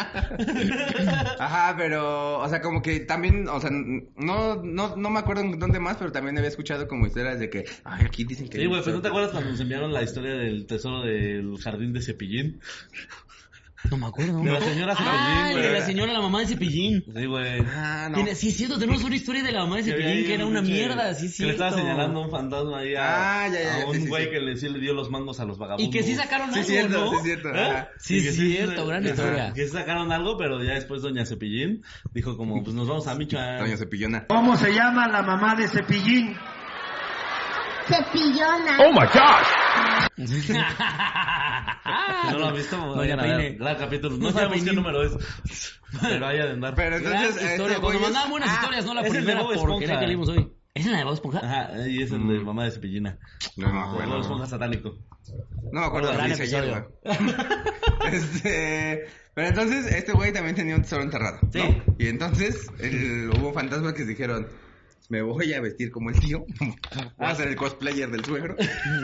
B: Ajá, pero, o sea, como que también, o sea, no, no, no me acuerdo en dónde más, pero también había escuchado como historias de que, ay, aquí dicen que...
D: Sí, güey, pero ¿no te acuerdas cuando nos enviaron la historia del tesoro del jardín de Cepillín?
C: No me acuerdo.
D: De la señora Cepillín,
C: Ah, el de
D: güey.
C: la señora, la mamá de Cepillín.
D: Sí, güey.
B: Ah, no.
C: Tiene- sí, es cierto, tenemos una historia de la mamá de Cepillín que era una mierda, sí, sí.
D: Que le estaba señalando un fantasma ahí a,
B: Ah, ya, ya,
D: a
B: ya,
D: un
B: sí, sí,
D: güey
B: sí.
D: que le, sí le dio los mangos a los vagabundos.
C: Y que sí sacaron
B: Sí,
C: algo,
B: es cierto,
C: ¿no?
B: sí, es cierto.
D: ¿Eh?
B: Ajá.
C: Sí,
D: Y
C: es
D: que sí,
C: cierto, gran
D: ajá,
C: historia.
D: Que sí sacaron algo, pero ya después doña Cepillín dijo como, pues nos vamos a Michoacán.
B: Doña Cepillona.
F: ¿Cómo se llama la mamá de Cepillín?
G: Cepillona.
D: Si no lo han visto,
C: Doña
D: vayan a ver.
C: Peine.
D: Gran capítulo. No
C: Doña
D: sabemos qué
C: Peine.
D: número es. Pero ahí ha de andar.
B: Pero
C: Gran
B: entonces,
C: historia,
B: estos
C: cuando
B: güeyes-
C: mandaban buenas
B: Ah,
C: historias, no la
D: es el de
C: primera
D: Bob Esponja.
C: porquería que leímos hoy. ¿Es la de Bob Esponja?
D: Ajá, y es el de mamá de Cepillina.
B: No me
D: Bob
B: acuerdo.
D: Esponja satánico.
B: No me acuerdo
C: Gran
B: lo que hice ayer,
C: episodio.
B: güey. Este, pero entonces este güey también tenía un tesoro enterrado, ¿no?
D: Sí.
B: Y entonces el- hubo fantasmas que dijeron, me voy a vestir como el tío, voy a ser el cosplayer del suegro.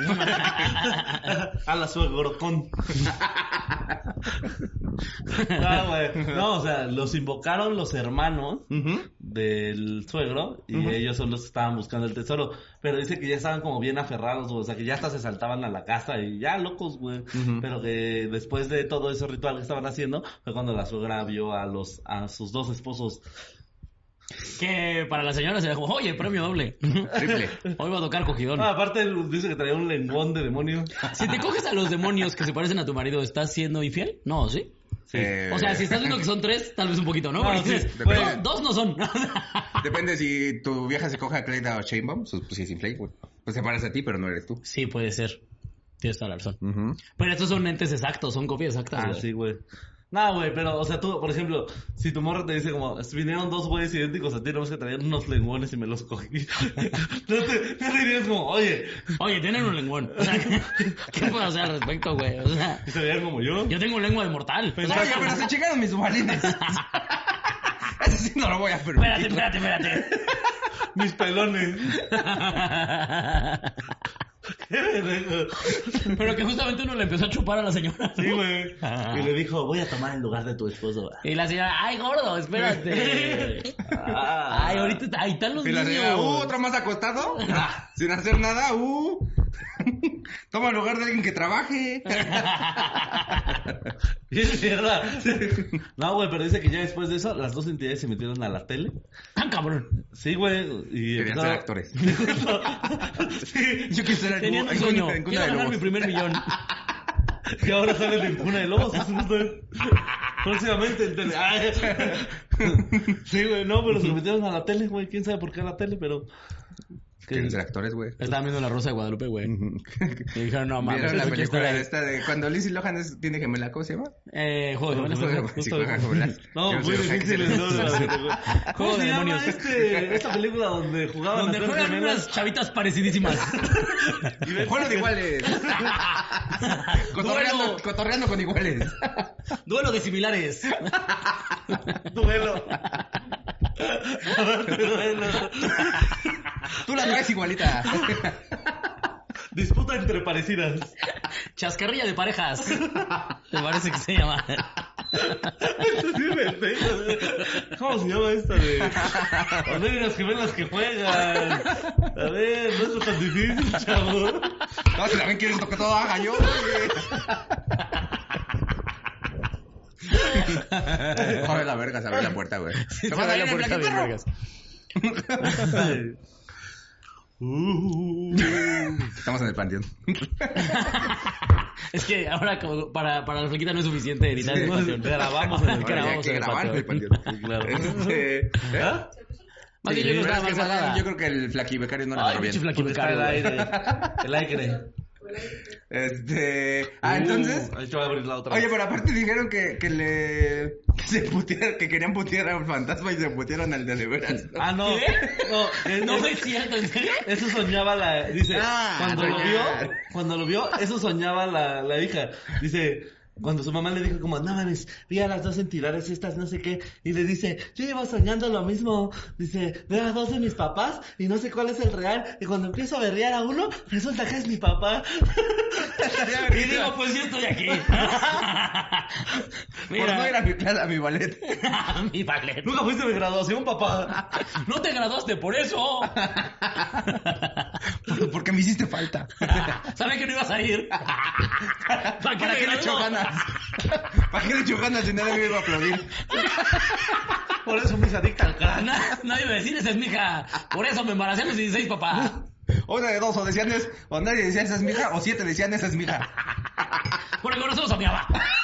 D: A la suegrocón. No, güey. No, o sea, los invocaron los hermanos
B: Ujú.
D: del suegro y ellos son los que estaban buscando el tesoro. Pero dice que ya estaban como bien aferrados, güey. O sea, que ya hasta se saltaban a la casa y ya locos, güey.
B: Ujú.
D: Pero que después de todo ese ritual que estaban haciendo fue cuando la suegra vio a los a sus dos esposos.
C: Que para la señora sería como, oye, premio doble.
B: Triple.
C: Hoy va a tocar cogidón.
D: Ah, aparte él dice que traía un lengón de demonio.
C: Si te coges a los demonios que se parecen a tu marido, ¿estás siendo infiel? No, ¿sí?
B: Eh,
C: O sea, si estás viendo que son tres, tal vez un poquito, ¿no?
D: No,
C: Porque
D: sí,
C: dices,
B: depende.
C: dos, dos no son.
B: Depende si tu vieja se coge a Clayton o Chainbomb, pues si es inflate, güey. Pues se parece a ti, pero no eres tú.
C: Sí, puede ser. Tienes toda la razón.
B: Ujú.
C: Pero estos son entes exactos, son copias exactas.
D: Ah,
C: güey.
D: sí, güey. No, güey, pero, o sea, tú, por ejemplo, si tu morra te dice como, vinieron dos güeyes idénticos a ti, no que traían unos lenguones y me los cogí. No te, te dirías como, oye,
C: Oye, tienen un lenguón. O sea, ¿qué, qué puedo hacer al respecto, güey? O sea,
D: y se veían como yo.
C: yo tengo lengua de mortal. O sea,
B: Oye, pero se chingaron mis balines. Eso sí no lo voy a permitir.
C: Espérate, espérate, espérate.
D: Mis pelones. Qué pendejo.
C: Pero que justamente uno le empezó a chupar a la señora.
D: Sí, güey. Y le dijo, voy a tomar el lugar de tu esposo.
C: Y la señora, ay, gordo, espérate.
D: Ah.
C: Ay, ahorita, ahí están los
B: Y la
C: niños.
B: señora, uh, otro más acostado, sin hacer nada, uh. Toma el lugar de alguien que trabaje.
D: Y es mierda. No, güey, pero dice que ya después de eso, las dos entidades se metieron a la tele.
C: Ah, cabrón.
D: Sí, güey. Y
B: Querían
D: empezaron-
B: ser actores.
D: Sí.
B: Yo quisiera en,
C: Tenían un
B: en
C: sueño.
B: cuna, en cuna
C: Quiero
B: de
C: ganar mi
B: lobos.
C: primer millón.
D: Y ahora salen en Cuna de Lobos. Eso no está- Próximamente en tele. Ay. Sí, güey, no, pero se lo metieron a la tele, güey. Quién sabe por qué a la tele, pero.
B: Quieren ser actores, güey.
C: Estaban viendo La Rosa de Guadalupe, güey. Y dijeron, no mames,
B: ¿Vieron la
C: eso quiere estar
B: película
C: ahí.
B: esta de cuando Lindsay Lohan es- tiene gemela? ¿Cómo se llama?
C: Eh, juego de
B: Juego
C: gemelas.
B: de- sí, juega gemelas.
D: No,
B: Yo
D: muy
B: sé,
D: difícil
B: Haxel.
D: el nombre de la película. ¿Cómo
C: Juego
D: se
C: de
D: llama
C: demonios.
D: este, esta película donde jugaban
C: Donde
D: las tres
C: juegan
D: gemelas?
C: unas chavitas parecidísimas.
B: Juego de iguales. cotorreando,
C: Duelo.
B: cotorreando con iguales.
C: Duelo de similares.
D: Duelo. Duelo.
B: Tú la traes igualita.
D: Disputa entre parecidas.
C: Chascarrilla de parejas. Me parece que se llama.
D: Sí, me pego. ¿Cómo se llama esta de? A ver, las gemelas que juegan. A ver, no es tan difícil, chavo.
B: No, si también quieren que todo haga yo. Joder, la verga, se abre la puerta, güey.
C: Se
B: ¿Te
C: va
B: vas
C: a
B: a
C: ir
B: ir
C: la puerta
B: el
C: bien,
B: perro?
C: vergas.
D: Uh,
B: Estamos en el panteón.
C: Es que ahora como para, para la flequita no es suficiente editar
B: Sí.
C: el panteón. Grabamos en el
B: Ahora ya hay
C: grabamos
B: que
C: en el
B: grabar en el
C: panteón.
B: panteón.
D: claro.
B: Este, ¿eh?
C: Más
B: Sí,
C: bien, yo creo que
B: pero es
C: estaba
B: que
C: más
B: más bien,
C: salada.
B: yo creo que el flaquibecario no la
C: Ay,
B: agarró
C: pinche
B: bien.
D: Porque está el
C: flaquibecario.
D: aire. El aire.
B: Este, ah, entonces,
D: Uh, ahí te va a abrir la otra.
B: oye, pero aparte dijeron que, que le, que se putearon, que querían putear a un fantasma y se putearon al de de veras. ¿No?
D: Ah, no.
C: ¿Qué?
D: No, eh,
C: No
D: eso-
C: es cierto, ¿en serio?
D: Eso soñaba la... Dice,
B: Ah,
D: cuando lo vio,
B: soñar.
D: cuando lo vio, eso soñaba la, la hija. Dice, cuando su mamá le dijo como, no mames, vi a las dos entidades estas, no sé qué. Y le dice, yo llevo soñando lo mismo. Dice, veo a dos de mis papás y no sé cuál es el real. Y cuando empiezo a berrear a uno, resulta que es mi papá.
C: Y digo, pues yo estoy aquí.
B: Por no ir a mi clase, a mi ballet.
C: Mi ballet.
D: Nunca fuiste a mi graduación, papá.
C: No te graduaste por eso.
B: Porque me hiciste falta.
C: Sabía que no ibas a ir. ¿Para qué,
B: ¿Para
C: me
B: qué le echo
C: graduó?
B: ganas? ¿Para qué le echo ganas si nadie me iba a aplaudir?
D: Por eso me hice adicta al crack.
C: Na- nadie me decía, esa es mi hija. Por eso me embaracé a los dieciséis, papá.
B: Una de dos, o decían es, o nadie decía esa es mi hija, o siete decían esa es mi hija.
C: Por el corazón soñaba.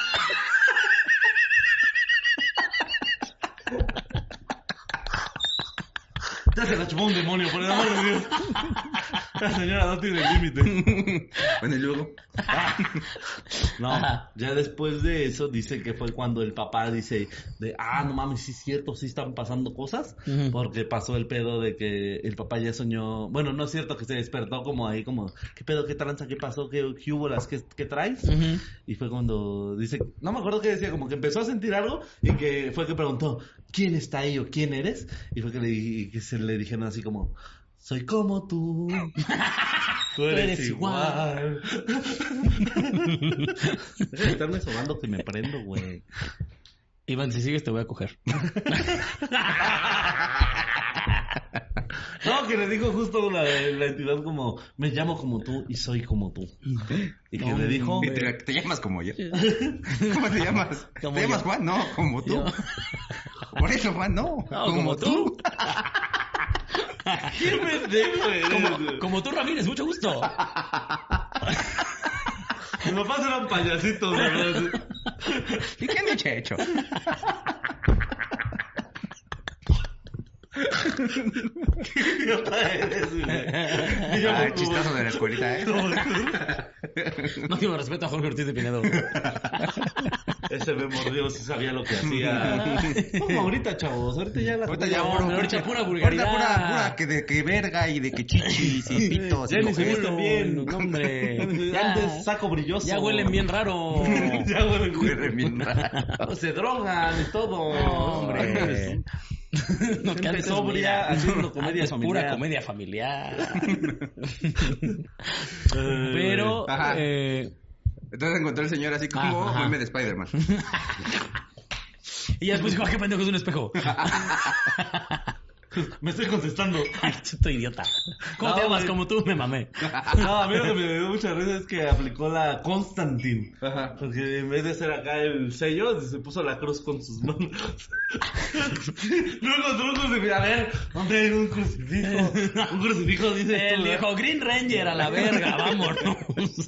D: Ya se la chupó un demonio, por el amor de Dios. La señora no tiene límite.
B: Bueno, y luego.
D: No,
C: Ajá.
D: ya después de eso dice que fue cuando el papá dice de, ah, no mames, sí es cierto, sí están pasando cosas,
C: Ujú.
D: porque pasó el pedo de que el papá ya soñó, bueno, no es cierto que se despertó como ahí, como, ¿qué pedo, qué tranza, qué pasó, qué, qué hubo, las, qué, qué traes?
C: Ujú.
D: Y fue cuando dice, no me acuerdo qué decía, como que empezó a sentir algo y que fue que preguntó, ¿quién está ahí o quién eres? Y fue que le, y que se le dijeron así como, soy como tú. Tú eres,
C: eres
D: igual. Deja de estarme sonando que me prendo, güey.
C: Iván, si sigues te voy a coger.
D: No, que le dijo justo la, la entidad como, me llamo como tú y soy como tú. Y que
C: No,
D: le dijo,
B: Y te, te llamas como yo. ¿Cómo te llamas?
C: Como
B: ¿Te
C: yo.
B: llamas Juan? No, como tú.
C: Yo.
B: Por eso, Juan, no.
C: No, como tú.
D: ¿qué pendejo eres?
C: Como, como tú, Ramírez, mucho gusto.
D: Mis papás eran payasitos, ¿verdad?
B: ¿Y qué han hecho?
D: ¿Qué idiota eres, güey? Y yo,
B: Ah,
D: como-
B: chistoso de la escuelita, ¿eh?
C: No tengo respeto a Jorge Ortiz de Pinedo.
D: Ese me mordió, sí sabía lo que hacía. Como ahorita, chavos, ahorita ya la...
B: Ahorita ya,
C: No,
B: puro,
C: pero ahorita
B: pura,
C: pura vulgaridad.
B: Ahorita pura, pura, que de que verga y de que chichis y pitos.
D: Ya
B: y
D: ni se
B: coger.
D: visten bien.
C: No, hombre. Ya.
D: Antes saco brilloso.
C: Ya huelen bien raro.
D: Ya huelen
B: Huele bien raro.
D: Se drogan y todo.
C: No, hombre. No, que
D: Gente
C: antes,
D: sobria
C: mira,
D: haciendo comedia
C: antes
D: familiar.
C: Pura comedia familiar. Pero,
B: Ajá.
C: eh,
B: Entonces encontró el señor así como
C: Ajá.
B: meme de Spider-Man.
C: y ya después dijo, "Ah, qué pendejo es un espejo".
D: Me estoy contestando.
C: Ay, chuto idiota. ¿Cómo
D: No,
C: te llamas?
D: güey.
C: Como tú, me mamé.
D: No, a mí lo que me dio mucha risa es que aplicó la Constantine.
B: Ajá.
D: Porque en vez de hacer acá el sello, se puso la cruz con sus manos. Luego encontró un crucifijo. A ver, ¿dónde hay un crucifijo? Un crucifijo dice
C: El viejo Green Ranger a la verga, vámonos.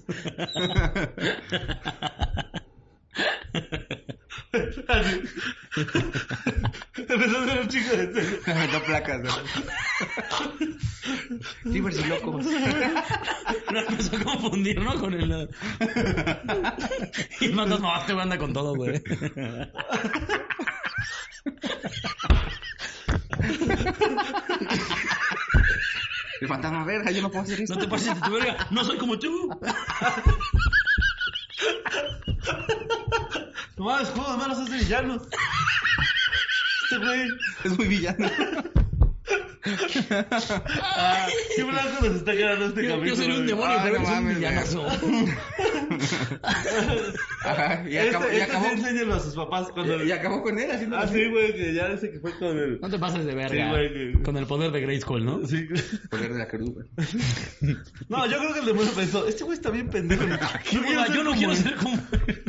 D: Así. Empezó a hacer un chico de sello.
B: Me aventó placas, ¿no? Cibers y locos.
C: No empezó a confundir, ¿no? Con el... Y el fantasma, no, este güey anda con todo, güey.
B: El fantasma, verga, yo no puedo hacer esto.
C: No te pases de tu verga, no soy como tú.
D: No mames, juego de manos es de villanos. Este güey.
B: Es muy villano.
D: Ah, qué blanco nos está quedando este
C: Yo,
D: capítulo.
C: yo soy un
D: güey.
C: demonio,
B: Ay,
C: pero
B: no
C: eres un
B: mames,
C: villanazo.
B: Ajá, y
D: Este,
B: acabó, y
D: este
B: acabó,
D: sí enséñalo a sus papás cuando...
B: y acabó con él haciendo
D: Ah,
B: así.
D: sí, güey, que ya dice que fue con el...
C: No te pases de verga.
D: Sí, güey, que-
C: Con el poder de Grayskull, ¿no?
D: Sí.
B: Poder de la cruz, güey.
D: No, yo creo que el demonio pensó, este güey está bien pendejo. Yo,
C: Mira, yo no quiero ser como...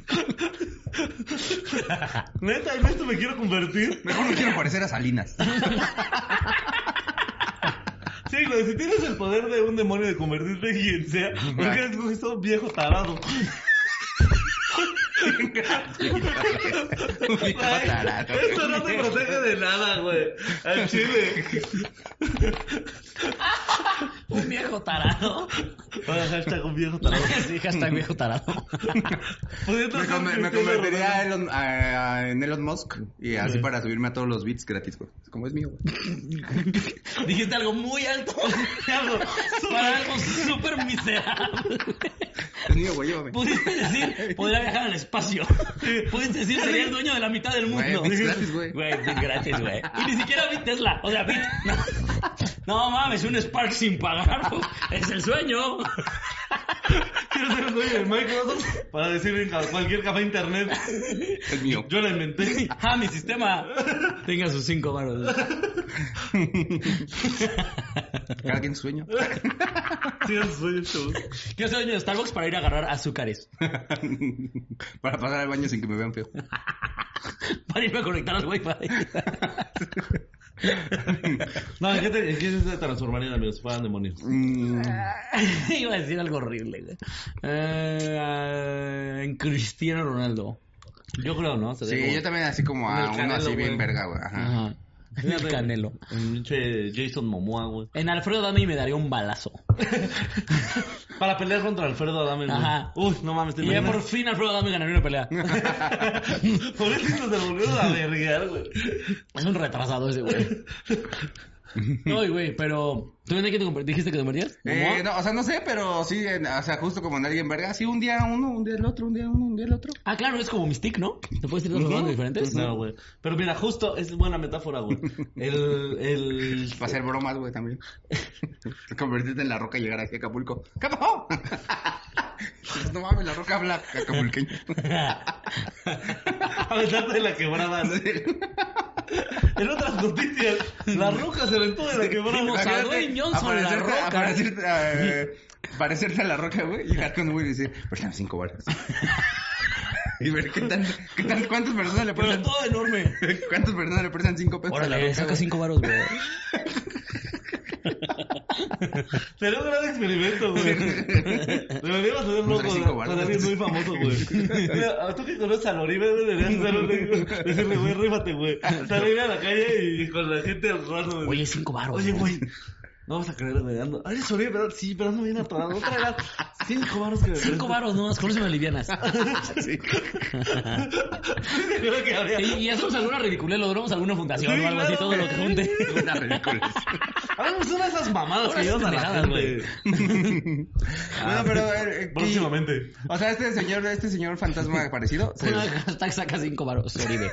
D: Neta, en esto me quiero convertir.
B: Mejor no quiero parecer a Salinas.
D: Sí, güey, si tienes el poder de un demonio de convertirte en quien sea, ¿por qué escoges a un viejo tarado? Ay, esto no te protege de nada, güey. Al chile.
C: Un viejo tarado.
D: Bueno, hashtag un viejo tarado.
C: Sí, hashtag viejo tarado.
B: Me, con- me convertiría a Elon, a, a- en Elon Musk y así
D: Sí.
B: para subirme a todos los beats gratis, güey. Como es mío, güey.
C: Dijiste algo muy alto. Algo para algo súper miserable.
B: Es mío, güey, llévame.
C: Pudiste decir, podría viajar al espacio. Pudiste decir, sería el dueño de la mitad del mundo.
B: Güey, beats gratis, güey.
C: Güey, beats gratis, güey. Y ni siquiera Bit Tesla. O sea, Bit. No, no mames, un Spark sin pagar. Es el sueño.
D: Quiero ser el dueño de Microsoft para decir en ca- cualquier café internet.
B: Es mío.
D: Yo la inventé.
C: Ah, mi sistema. Tenga sus cinco varos.
B: Cada quien su sueño.
D: Sí, eso soy yo.
C: Quiero ser dueño de Starbucks para ir a agarrar azúcares.
B: Para pasar al baño sin que me vean feo.
C: Para irme a conectar al Wi-Fi.
D: No, ¿en qué, te, en qué se transformarían, amigos, si fueran demonios?
B: Mm,
C: Iba a decir algo horrible, güey. Eh, en Cristiano Ronaldo.
D: Yo creo, ¿no?
B: sí,
D: Sería como-
B: yo también así como
D: En
B: a
D: el
B: uno
D: Canelo,
B: así bien
D: güey.
B: verga, güey. Ajá.
C: Ajá. En el Canelo.
D: Un pinche Jason Momoa, güey.
C: En Alfredo Dami me daría un balazo.
D: Para pelear contra Alfredo Adame, güey.
C: Ajá.
D: Uy, no mames, te
C: Y ya
D: imaginas.
C: por fin Alfredo Dami ganaría una pelea.
D: Por eso se volvieron a verguear, güey.
C: Es un retrasado ese güey. No, güey, pero... ¿Tú de qué te conver- dijiste que te convertías?
B: Eh, no, o sea, no sé, pero sí, en- o sea, justo como en alguien verga, sí, un día uno, un día el otro, un día uno, un día el otro.
C: Ah, claro, es como Mystique, ¿no? ¿Te puedes ir transformando diferentes?
D: No, güey. Pero mira, justo es buena metáfora, güey. El, el...
B: Para hacer bromas, güey, también. Convertirte en la roca y llegar aquí a Acapulco. ¿Qué pasó? No mames, la roca habla acapulqueño.
D: Aventarte de la quebrada. En otras noticias, la roca se aventó de la quebrada.
C: Fuimos a Dwayne Johnson, la
B: Aparecerte-
C: roca.
B: Aparecerte, eh, parecerte a la roca, güey, y llegar con un güey y decir, prestan cinco balas. Y ver qué tan, qué tan, cuántas personas le
C: Pero
B: prestan,
C: todo enorme.
B: cuántas personas le prestan cinco pesos a la
C: Órale,
B: roca,
C: saca
B: güey.
C: cinco varos, güey.
D: Sería un gran experimento, güey. Deberíamos hacer
B: Nos
D: loco
B: trae cinco
D: con
B: balas.
D: alguien muy famoso, güey. Mira, tú que conoces a Loribe, güey, deberías hacerle, decirle, güey, rífate, güey. Salir a la calle y con la gente raro, güey.
C: Oye, cinco varos.
D: Oye, güey. No vas a creer, güey. Ando... Ay, Loribe, pero sí, pero ando bien atorado. Otra vez, cinco baros que me
C: Cinco varos nomás, con eso me alivianas.
B: Sí.
D: Creo que habría...
C: Y, y hacemos alguna ridiculez, lo donamos a alguna fundación
D: Sí,
C: o algo así,
D: claro,
C: todo lo
D: güey.
C: que junte.
B: Una ridícula.
D: Hagamos una de esas mamadas que
C: Ahora
D: llevas a
C: sí
D: la
C: pendejadas,
D: gente.
B: Bueno, pero... eh, ¿qué-
D: Próximamente.
B: O sea, este señor, este señor fantasma parecido, se-
C: Una hashtag saca cinco varos, Oribe.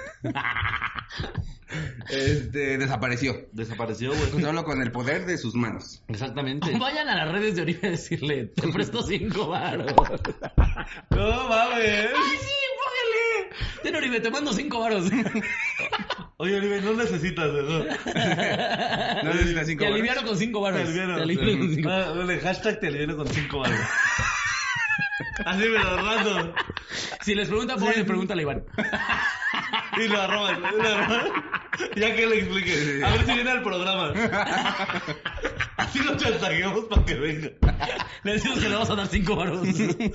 B: este, desapareció.
D: Desapareció, güey.
B: Solo con el poder de sus manos.
D: Exactamente.
C: Vayan a las redes de Oribe a decirle, te presto cinco varos.
D: No mames.
C: ¡Ay, sí, póngale! Ten, Oribe, te mando cinco varos.
D: Oye, Oliver, no necesitas, ¿no?
B: No necesitas cinco
C: Te
B: baros.
C: aliviano con cinco varos.
D: Te aliviano.
C: Te aliviano con cinco.
D: Ah, dale, hashtag te aliviano con cinco baros. Así me lo rando.
C: Si les preguntan, pónganle pregúntale a Iván.
D: Y lo arroban. ¿No? Lo arroban. Ya que le explique. A ver si viene al programa. Así lo chantajeamos para que venga.
C: Le decimos que le vamos a dar cinco varos.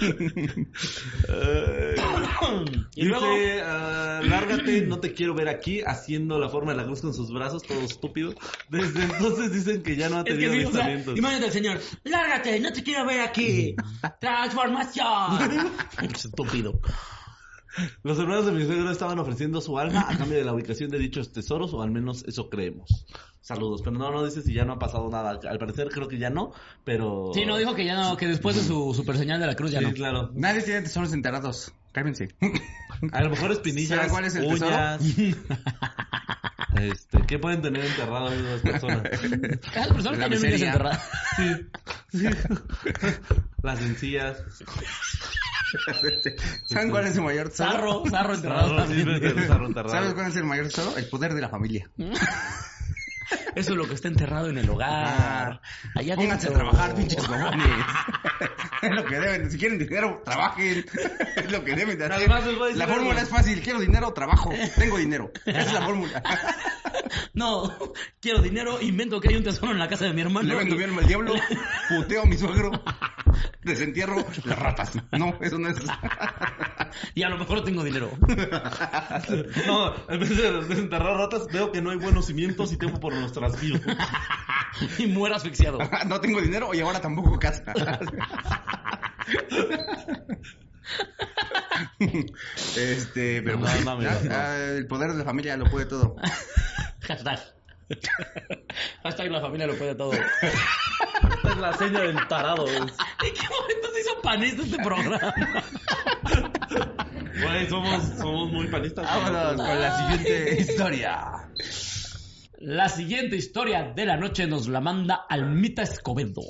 D: Eh,
C: Y luego-
D: Dice, ah, lárgate, no te quiero ver aquí, haciendo la forma de la cruz con sus brazos, todo estúpido. Desde entonces dicen que ya no ha
C: Es que
D: tenido
C: sí, o sea,
D: avistamientos.
C: imagínate al señor. Lárgate, no te quiero ver aquí. Transformación. Estúpido.
D: Los hermanos de mi suegro estaban ofreciendo su alma a cambio de la ubicación de dichos tesoros, o al menos eso creemos. Saludos. Pero no, no dice si ya no ha pasado nada. Al parecer creo que ya no, pero...
C: Sí, no, dijo que ya no, que después de su super señal de la cruz ya
D: Sí,
C: no.
D: claro.
B: Nadie tiene tesoros enterrados. Cálmense.
D: A lo mejor espinillas,
B: ¿Saben cuál es el
D: uñas... Este, ¿qué pueden tener enterradas esas personas?
C: Esas personas
B: La
C: tienen uñas
B: miseria.
C: enterradas.
D: Sí, sí. Las encías.
B: ¿Saben cuál es el mayor tesoro?
C: Zarro, zarro enterrado
D: Zarro, sí,
C: también.
D: vete, zarro enterrado.
B: ¿Sabes cuál es el mayor tesoro? El poder de la familia.
C: Eso es lo que está enterrado en el hogar. Allá
B: Pónganse a
C: adentro.
B: trabajar, pinches cojones. Es lo que deben. Si quieren dinero, trabajen. Es lo que deben de hacer.
D: Además, les voy a decir
B: La
D: algo.
B: fórmula es fácil. Quiero dinero, trabajo. Tengo dinero. Esa es la fórmula.
C: No, quiero dinero, invento que hay un tesoro en la casa de mi hermano.
B: Le vendo
C: y-
B: bien al diablo. Puteo a mi suegro. Desentierro las ratas. No, eso no es.
C: Y a lo mejor tengo dinero.
D: No, en vez de desenterrar ratas, veo que no hay buenos cimientos y temo por los trasvíos.
C: Y muero asfixiado.
B: No tengo dinero y ahora tampoco casa. Este, pero
D: No,
B: pues,
D: no, amigo,
B: ah,
D: no.
B: ah, el poder de la familia lo puede todo.
C: Hashtag. Hashtag la familia lo puede todo.
D: Esta es la seña del tarado. güey.
C: ¿En qué momento se hizo panista este programa?
D: Güey, somos, somos muy panistas.
B: Vámonos con la siguiente historia.
C: La siguiente historia de la noche nos la manda Almita Escobedo,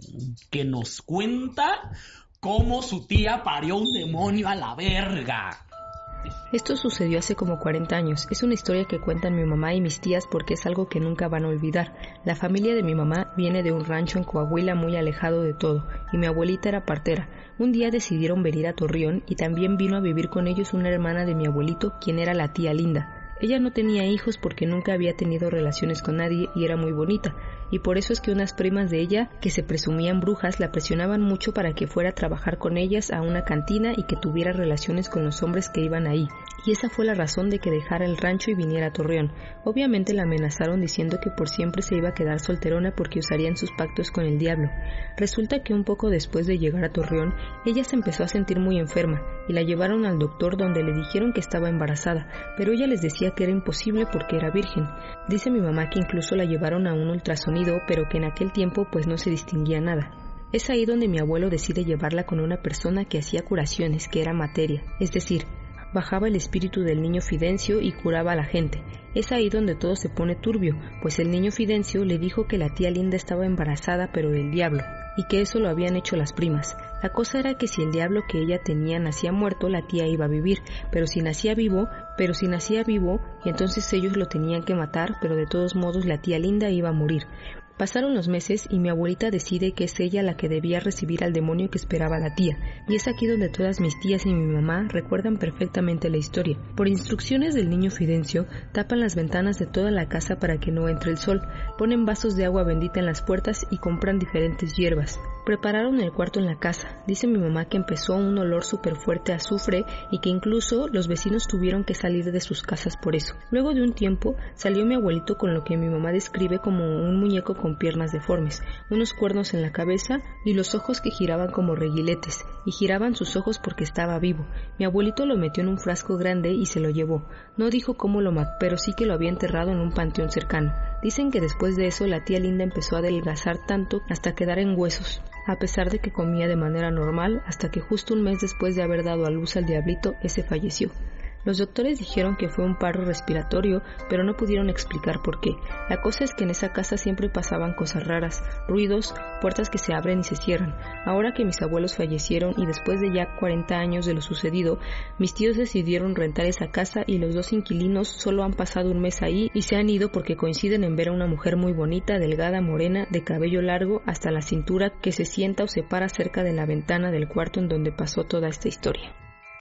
C: que nos cuenta cómo su tía parió un demonio a la verga.
E: Esto sucedió hace como cuarenta años. Es una historia que cuentan mi mamá y mis tías porque es algo que nunca van a olvidar. La familia de mi mamá viene de un rancho en Coahuila muy alejado de todo, y mi abuelita era partera. Un día decidieron venir a Torreón y también vino a vivir con ellos una hermana de mi abuelito, quien era la tía Linda. Ella no tenía hijos porque nunca había tenido relaciones con nadie y era muy bonita, y por eso es que unas primas de ella, que se presumían brujas, la presionaban mucho para que fuera a trabajar con ellas a una cantina y que tuviera relaciones con los hombres que iban ahí. Y esa fue la razón de que dejara el rancho y viniera a Torreón. Obviamente la amenazaron diciendo que por siempre se iba a quedar solterona porque usarían sus pactos con el diablo. Resulta que un poco después de llegar a Torreón, ella se empezó a sentir muy enferma y la llevaron al doctor donde le dijeron que estaba embarazada, pero ella les decía que era imposible porque era virgen. Dice mi mamá que incluso la llevaron a un ultrasonido, pero que en aquel tiempo pues no se distinguía nada. Es ahí donde mi abuelo decide llevarla con una persona que hacía curaciones, que era materia, es decir, bajaba el espíritu del niño Fidencio y curaba a la gente. Es ahí donde todo se pone turbio, pues el niño Fidencio le dijo que la tía Linda estaba embarazada pero del diablo, y que eso lo habían hecho las primas. La cosa era que si el diablo que ella tenía nacía muerto, la tía iba a vivir, pero si nacía vivo, pero si nacía vivo, y entonces ellos lo tenían que matar, pero de todos modos la tía Linda iba a morir. Pasaron los meses y mi abuelita decide que es ella la que debía recibir al demonio que esperaba la tía, y es aquí donde todas mis tías y mi mamá recuerdan perfectamente la historia. Por instrucciones del niño Fidencio, tapan las ventanas de toda la casa para que no entre el sol, ponen vasos de agua bendita en las puertas y compran diferentes hierbas. Prepararon el cuarto en la casa. Dice mi mamá que empezó un olor súper fuerte a azufre y que incluso los vecinos tuvieron que salir de sus casas por eso. Luego de un tiempo salió mi abuelito con lo que mi mamá describe como un muñeco con piernas deformes, unos cuernos en la cabeza y los ojos que giraban como reguiletes, y giraban sus ojos porque estaba vivo. Mi abuelito lo metió en un frasco grande y se lo llevó. No dijo cómo lo mató, pero sí que lo había enterrado en un panteón cercano. Dicen que después de eso la tía Linda empezó a adelgazar tanto hasta quedar en huesos, a pesar de que comía de manera normal, hasta que justo un mes después de haber dado a luz al diablito, ese falleció. Los doctores dijeron que fue un paro respiratorio, pero no pudieron explicar por qué. La cosa es que en esa casa siempre pasaban cosas raras, ruidos, puertas que se abren y se cierran. Ahora que mis abuelos fallecieron y después de ya cuarenta años de lo sucedido, mis tíos decidieron rentar esa casa y los dos inquilinos solo han pasado un mes ahí y se han ido porque coinciden en ver a una mujer muy bonita, delgada, morena, de cabello largo hasta la cintura, que se sienta o se para cerca de la ventana del cuarto en donde pasó toda esta historia.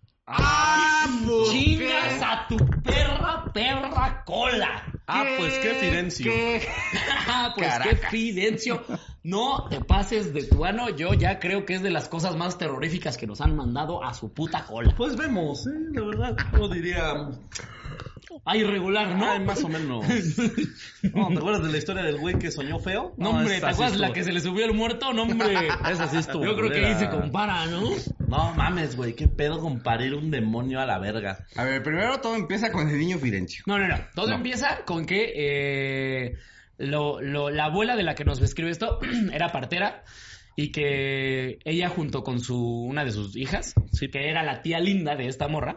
B: ¡Ah, ¿por
C: ¡Chingas
B: qué?
C: a tu perra, perra cola!
D: Ah, pues qué Fidencio.
B: ¿Qué?
C: Ah, pues
B: Caracas.
C: qué Fidencio. No te pases de tu ano. Yo ya creo que es de las cosas más terroríficas que nos han mandado a su puta cola.
D: Pues vemos, ¿eh? La verdad, yo diría...
C: Ah, irregular, ¿no?
D: Ay, más o menos. No, ¿te acuerdas de la historia del güey que soñó feo?
C: No, hombre,
D: esa
C: ¿te
D: sí
C: acuerdas la
D: estuvo-
C: que se le subió el muerto? No, hombre.
D: Esa sí estuvo
C: Yo creo que ahí
D: culera.
C: se compara, ¿no?
D: No mames, güey, qué pedo con parir un demonio a la verga.
B: A ver, primero todo empieza con el niño Fidencio.
C: No, no, no. Todo
B: No.
C: empieza con que eh, lo, lo, la abuela de la que nos describe esto era partera y que ella junto con su una de sus hijas, que era la tía Linda de esta morra,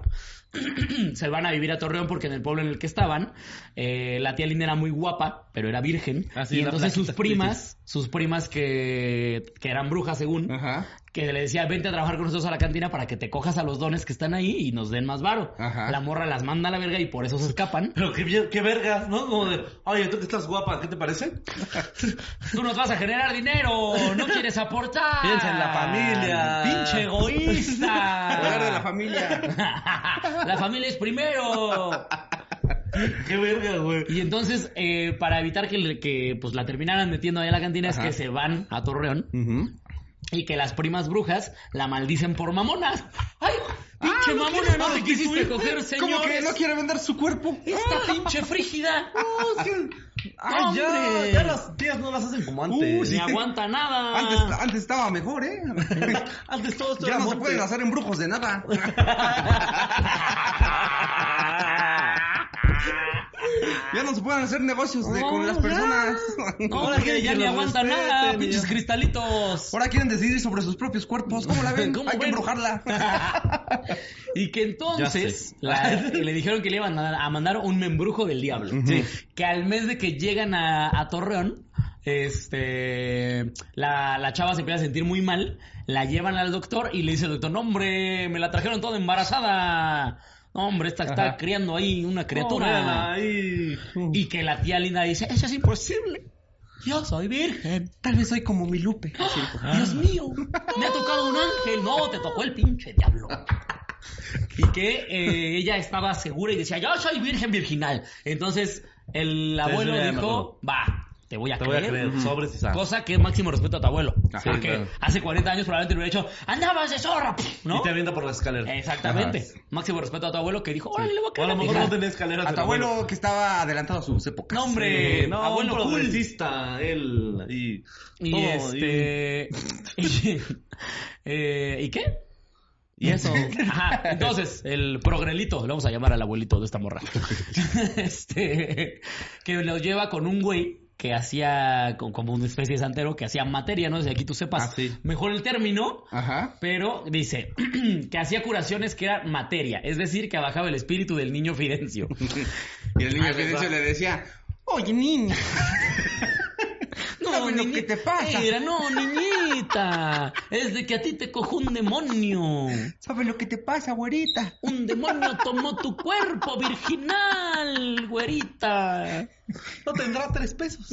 C: se van a vivir a Torreón porque en el pueblo en el que estaban, eh, la tía Linda era muy guapa, pero era virgen.
D: Ah, sí,
C: y
D: la
C: entonces sus
D: flaquita,
C: primas, sus primas que, que eran brujas según,
B: Ajá.
C: que le decía, vente a trabajar con nosotros a la cantina para que te cojas a los dones que están ahí y nos den más varo.
B: Ajá.
C: La morra las manda a la verga y por eso se escapan.
D: Pero qué, bien- qué verga, ¿no? Como de, oye, tú que estás guapa, ¿qué te parece?
C: Tú nos vas a generar dinero, no quieres aportar.
D: Piensa en la familia.
C: Pinche egoísta.
B: Hablar de la familia.
C: La familia es primero.
D: Qué verga, güey.
C: Y entonces, eh, para evitar que, le- que pues la terminaran metiendo ahí a la cantina,
B: Ajá.
C: es que se van a Torreón.
B: Ujú.
C: Y que las primas brujas la maldicen por mamona. ¡Ay, pinche
B: Ah, ¿no
C: mamona!
B: quieres
C: No te
B: prostituir?
C: quisiste coger, señores.
B: ¿Cómo que no quiere vender su cuerpo?
C: Esta pinche frígida.
D: No, es que... Ay, ya,
C: ¡Hombre!
D: ya las tías no las hacen como antes.
B: Uh, sí.
C: Ni aguanta nada.
B: Antes, antes estaba mejor, ¿eh?
D: Antes todo esto
B: Ya
D: era
B: no se
D: monte.
B: pueden hacer embrujos de nada. Ya no se pueden hacer negocios de, con las personas.
C: No,
D: Ahora
C: porque
D: quieren
C: ya
D: que
C: ni
D: los
C: aguanta
D: respeten,
C: nada.
D: y
C: Pinches
D: ya.
C: cristalitos.
B: Ahora quieren decidir sobre sus propios cuerpos. ¿Cómo la ven?
C: ¿Cómo
B: Hay que
C: ven?
B: embrujarla.
C: Y que entonces
D: sé.
C: la- le dijeron que le iban a, a mandar un membrujo del diablo.
B: Sí.
C: Que al mes de que llegan a, a Torreón, este la, la chava se empieza a sentir muy mal, la llevan al doctor y le dice el doctor, no hombre, me la trajeron toda embarazada. No, hombre, esta está
B: Ajá.
C: criando ahí una
D: No,
C: criatura.
D: véanla ahí.
C: Y que la tía linda dice, eso es imposible. Yo soy virgen.
B: Tal vez soy como mi Lupe.
C: Dios mío, me ha tocado un ángel. No, te tocó el pinche diablo. Y que eh, ella estaba segura y decía, yo soy virgen virginal. Entonces el abuelo
D: sí, ya me
C: dijo, va, te voy a
D: Te voy a
C: creer.
D: creer, sobres y sa.
C: Cosa que es máximo respeto a tu abuelo.
B: Ajá,
C: Porque
D: claro.
C: hace cuarenta años probablemente le hubiera dicho, andabas de zorra, ¿no?
D: Y te avienta por la escalera.
C: Exactamente. Máximo respeto a tu abuelo que dijo, órale, le voy a
D: O a
C: creer
D: lo
C: a mi
D: mejor
C: hija.
D: no tenía escalera.
B: A tu
D: pero
B: abuelo que estaba adelantado a sus épocas.
C: No, hombre,
D: Sí, no,
C: abuelo
D: un
C: cool.
D: progresista, él, y...
C: Y
D: todo,
C: este... Y... eh, ¿Y qué? Y eso. Ajá. Entonces, el progrelito, le vamos a llamar al abuelito de esta morra. Este... Que lo lleva con un güey que hacía con- como una especie de santero que hacía materia, no sé si aquí tú sepas
D: Ah, sí.
C: mejor el término,
B: Ajá.
C: pero dice que hacía curaciones que eran materia, es decir, que bajaba el espíritu del niño Fidencio.
B: Y el niño
D: Ay,
B: Fidencio
D: verdad.
B: le decía, oye, niña. ¿Sabes lo
C: niñi-
B: que te pasa?
C: Era, no, niñita, es de que a ti te cojo un demonio.
B: ¿Sabes lo que te pasa, güerita?
C: Un demonio tomó tu cuerpo virginal, güerita.
D: No tendrá tres pesos.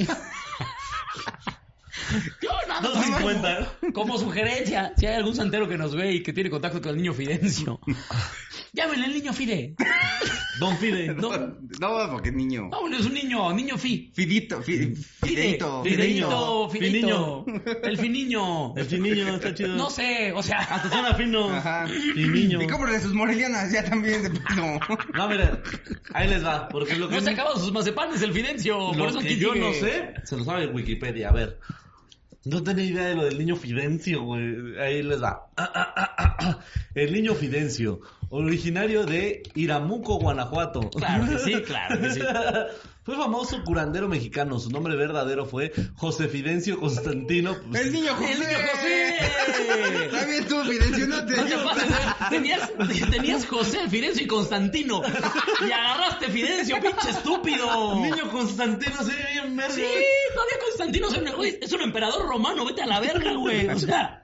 C: Yo nada
D: Dos
C: más
D: cincuenta.
C: como, como sugerencia, si hay algún santero que nos ve y que tiene contacto con el niño Fidencio, llámenle al niño Fide.
D: Don Fide.
C: No,
B: No, porque niño.
C: no, es un niño, niño Fi.
B: Fidito, fi- fideito.
C: Fideito,
D: Finiño.
C: Fideito. El finiño.
D: El finiño está chido.
C: No sé, o sea,
D: Hasta suena fino.
B: Ajá.
D: Finiño.
B: Y cómprale sus morelianas ya también de pedo.
D: No, mira, ahí les va. Porque lo que,
C: no se acaban sus macepanes el Fidencio. Por
D: lo
C: eso
D: que
C: ¿quién
D: yo
C: sigue?
D: no sé, se lo sabe Wikipedia. A ver. No tenía idea de lo del niño Fidencio, güey. Ahí les va. Ah, ah, ah, ah, ah. El niño Fidencio, originario de Iramuco, Guanajuato.
C: Claro que sí, claro que sí.
D: Fue famoso curandero mexicano. Su nombre verdadero fue José Fidencio Constantino. Pues,
B: El niño José.
C: ¡El niño José!
B: Está bien tú, Fidencio, no te
C: No te pases, ¿eh? tenías, tenías José, Fidencio y Constantino. Y agarraste Fidencio, pinche estúpido.
D: Niño Constantino se ve bien verga.
C: Sí, todavía Constantino es un, güey, es un emperador romano, vete a la verga, güey. O sea,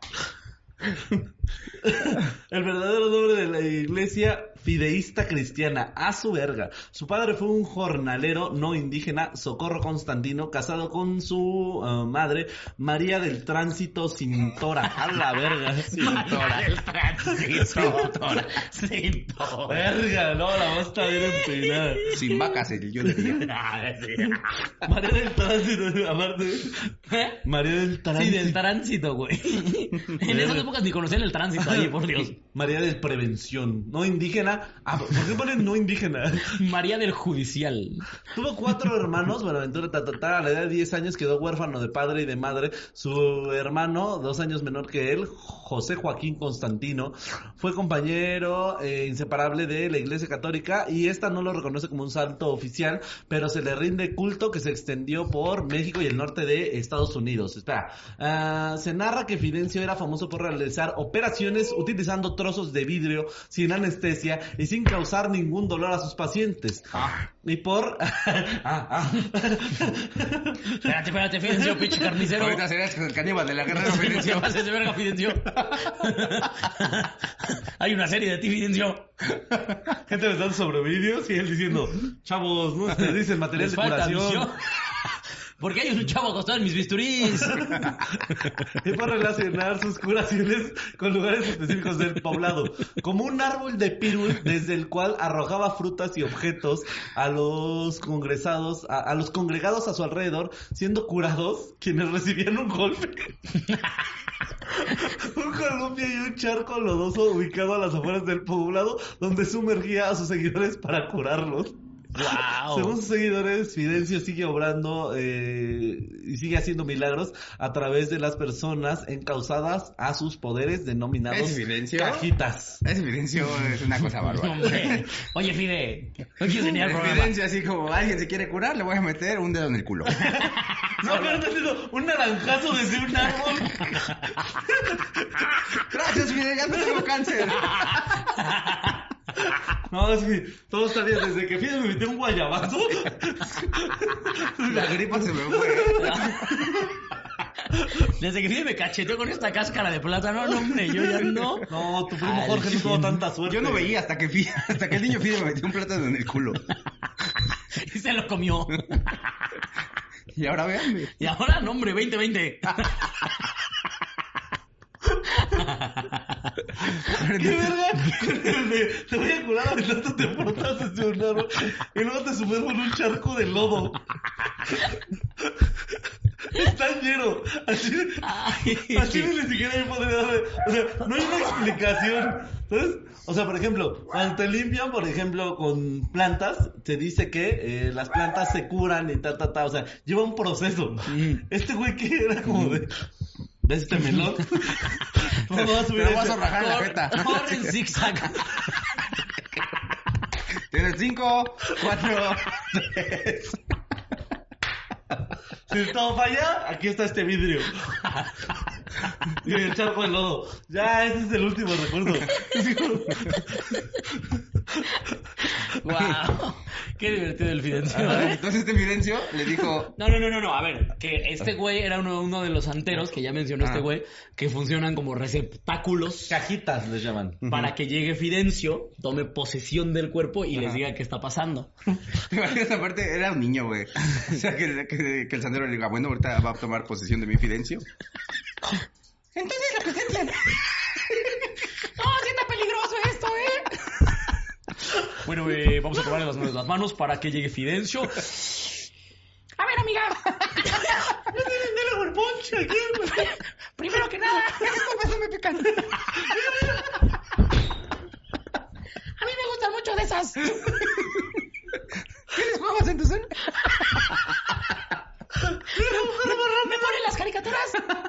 D: El verdadero nombre de la iglesia fideísta cristiana, a su verga. Su padre fue un jornalero no indígena, Socorro Constantino, casado con su uh, madre, María del Tránsito Cintora. A la verga. Cintora.
C: el tránsito. Cinto.
D: Verga, no, la voz está bien empinada.
B: Sin vacas, el yo diría.
D: María del Tránsito, aparte.
C: ¿Eh?
D: María del
C: Sí,
D: Tránsito.
C: del tránsito, güey. En esas épocas ni conocían el tránsito ahí, por Dios.
D: María de Prevención, no indígena. Ah, ¿por qué ponen no indígena?
C: María del Judicial.
D: Tuvo cuatro hermanos, Buenaventura Tatatá, a la edad de diez años quedó huérfano de padre y de madre. Su hermano, dos años menor que él, José Joaquín Constantino, fue compañero eh, inseparable de la Iglesia Católica y esta no lo reconoce como un santo oficial, pero se le rinde culto que se extendió por México y el norte de Estados Unidos. Espera, ah, se narra que Fidencio era famoso por realizar operaciones utilizando trozos de vidrio sin anestesia y sin causar ningún dolor a sus pacientes.
B: Ah.
D: Y por... ah, ah.
C: Espérate, espérate, Fidencio, pinche carnicero.
B: Ahorita serías el caníbal de la guerrera, Fidencio.
C: Fidencio, de verga, Fidencio. Hay una serie de ti, Fidencio.
D: Gente me dando sobre vídeos y él diciendo, chavos, no te dicen material
C: Les
D: de
C: falta
D: curación.
C: visión. Porque hay un chavo acostado en mis bisturís.
D: Y por relacionar sus curaciones con lugares específicos del poblado, como un árbol de pirul desde el cual arrojaba frutas y objetos a los congresados, a, a los congregados a su alrededor, siendo curados quienes recibían un golpe. Un columpio y un charco lodoso ubicado a las afueras del poblado, donde sumergía a sus seguidores para curarlos.
C: Wow.
D: Según sus seguidores, Fidencio sigue obrando eh, y sigue haciendo milagros a través de las personas encausadas a sus poderes denominados
B: ¿Es Fidencio?
D: cajitas.
B: Ese Fidencio es una cosa bárbara.
C: Hombre. Oye, Fide, no quieres venir al
B: El
C: programa.
B: Fidencio, así como alguien se quiere curar, le voy a meter un dedo en el culo.
D: No, pero no entiendo, un naranjazo desde un árbol.
B: Gracias, Fide, ya no tengo cáncer.
D: No, es que todo está bien. Desde que Fide me metió un guayabazo.
B: La gripa se me fue.
C: Desde que Fide me cacheteó con esta cáscara de plátano, no, hombre, yo ya no.
D: No, tu primo
C: Al
D: Jorge no tuvo
C: cien.
D: tanta suerte.
B: Yo no veía hasta que, Fide- hasta que el niño Fide me metió un plátano en el culo.
C: Y se lo comió.
B: Y ahora véanme.
C: Y ahora, no, hombre, veinte veinte.
D: ¿Qué verga? Con el de, te voy a curar aventando te frotas desde un árbol y luego te sumerjo en un charco de lodo. Está lleno. Así,
C: Ay.
D: así ni siquiera yo podría darle. O sea, no hay una explicación. ¿Sabes? O sea, por ejemplo, cuando te limpian, por ejemplo, con plantas, se dice que eh, las plantas se curan y ta, ta, ta. O sea, lleva un proceso. Este güey que era como de. ¿Ves este melón? ¿Cómo va a subir
B: Te lo vas
D: ese?
B: a rajar en la
C: Corre,
B: jeta.
C: corre en zigzag.
B: Tienes cinco, cuatro, tres.
D: Si todo falla, aquí está este vidrio. Y el charco de lodo. Ya, ese es el último recuerdo.
C: Wow. Qué divertido el Fidencio.
B: Ajá, entonces este Fidencio le dijo...
C: No, no, no, no, no, a ver, que este güey era uno, uno de los santeros que ya mencionó este
B: Ah.
C: güey, que funcionan como receptáculos
D: Cajitas les llaman.
C: para que llegue Fidencio, tome posesión del cuerpo y les diga qué está pasando.
B: ¿Te imaginas? Aparte, era un niño, güey. O sea, que, que, que el sandero le diga, bueno, ahorita va a tomar posesión de mi Fidencio. Entonces lo que se entiende.
C: ¡No, sí está peligroso esto, eh! Bueno, eh, vamos a tomarle las manos, las manos para que llegue Fidencio. A ver, amiga.
D: No tienen de la huerponcha aquí.
C: Primero que nada,
B: Estos besos me pican.
C: a mí me gustan mucho de esas.
B: ¿Tienes juegos en tu cel?
C: ¿Me ponen las caricaturas?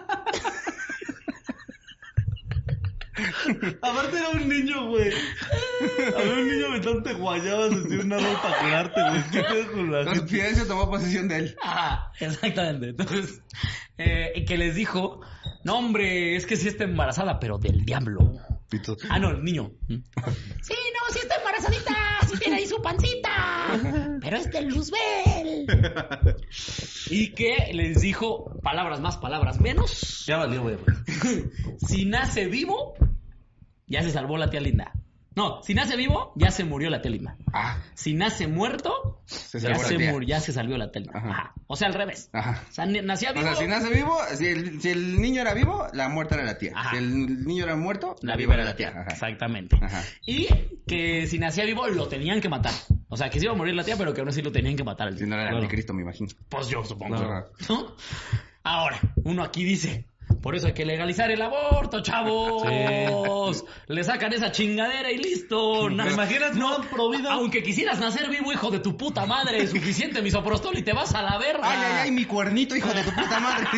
D: Aparte era un niño, güey. Había un niño aventándote guayabas desde un árbol para curarte, güey. ¿Qué pedo con la
B: Entonces
D: gente?
B: Fidencio tomó posesión de él.
C: Ah, exactamente. Entonces, eh, que les dijo, no, hombre, es que sí está embarazada, pero del diablo.
B: Pito.
C: Ah, no, el niño. Sí, no, sí está embarazadita, sí tiene ahí su pancita, pero es del Luzbel. Y que les dijo, palabras más, palabras menos,
D: Ya valió, güey.
C: si nace vivo, ya se salvó la tía linda. No, si nace vivo, ya se murió la tía linda.
B: Ah,
C: Si nace muerto,
B: se
C: ya,
B: salvó la
C: se
B: tía.
C: murió, ya se salió la tía linda.
B: Ajá.
C: Ajá. O sea, al revés.
B: Ajá.
C: O sea, ni- nacía
B: O
C: vivo,
B: sea, si nace vivo, si el, si el niño era vivo, la muerta era la tía.
C: Ajá.
B: Si el niño era muerto,
C: la viva era la tía.
B: Ajá.
C: Exactamente.
B: Ajá.
C: Y que si nacía vivo, lo tenían que matar. O sea, que se iba a morir la tía, pero que aún así lo tenían que matar. al
B: Si no era el
D: Claro.
B: anticristo, me imagino.
C: Pues yo supongo.
B: Ajá.
C: ¿No? Ahora, uno aquí dice, por eso hay que legalizar el aborto, chavos. Le sacan esa chingadera y listo.
D: ¿Te
C: Na-
D: imaginas no pro vida?
C: Aunque quisieras nacer vivo, hijo de tu puta madre, suficiente misoprostol y te vas a la verga.
B: Ay, ay, ay, mi cuernito, hijo de tu puta madre.